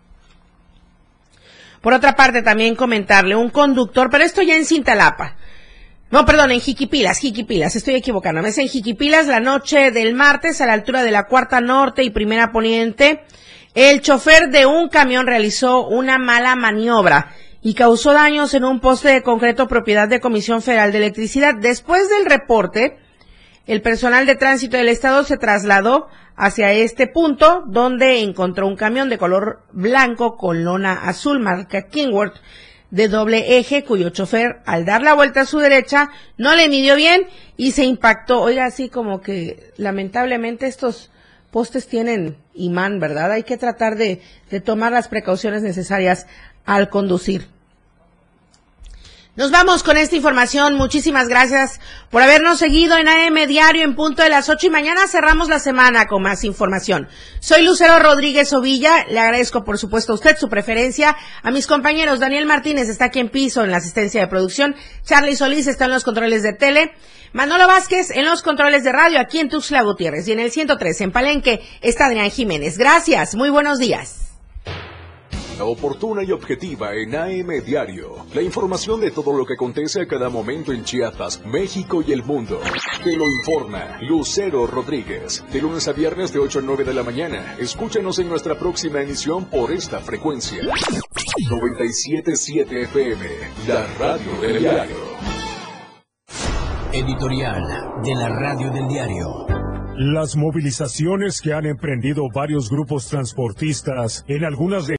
Por otra parte, también comentarle un conductor, pero esto ya en Cintalapa. No, perdón, en Jiquipilas, Jiquipilas, estoy equivocando. Es en Jiquipilas, la noche del martes, a la altura de la Cuarta Norte y Primera Poniente, el chofer de un camión realizó una mala maniobra y causó daños en un poste de concreto propiedad de Comisión Federal de Electricidad. Después del reporte, el personal de tránsito del estado se trasladó hacia este punto, donde encontró un camión de color blanco con lona azul, marca Kingworth, de doble eje, cuyo chofer, al dar la vuelta a su derecha, no le midió bien y se impactó. Oiga, así como que lamentablemente estos postes tienen imán, ¿verdad? Hay que tratar de, de tomar las precauciones necesarias al conducir. Nos vamos con esta información. Muchísimas gracias por habernos seguido en A M Diario en punto de las ocho, y mañana cerramos la semana con más información. Soy Lucero Rodríguez Ovilla. Le agradezco, por supuesto, a usted su preferencia. A mis compañeros, Daniel Martínez está aquí en piso en la asistencia de producción. Charlie Solís está en los controles de tele. Manolo Vázquez en los controles de radio aquí en Tuxtla Gutiérrez. Y en el ciento tres en Palenque está Adrián Jiménez. Gracias. Muy buenos días. Oportuna y objetiva en A M Diario. La información de todo lo que acontece a cada momento en Chiapas, México y el mundo. Te lo informa Lucero Rodríguez. De lunes a viernes de ocho a nueve de la mañana. Escúchanos en nuestra próxima emisión por esta frecuencia. noventa y siete punto siete F M, la radio del diario. Editorial de la radio del diario. Las movilizaciones que han emprendido varios grupos transportistas en algunas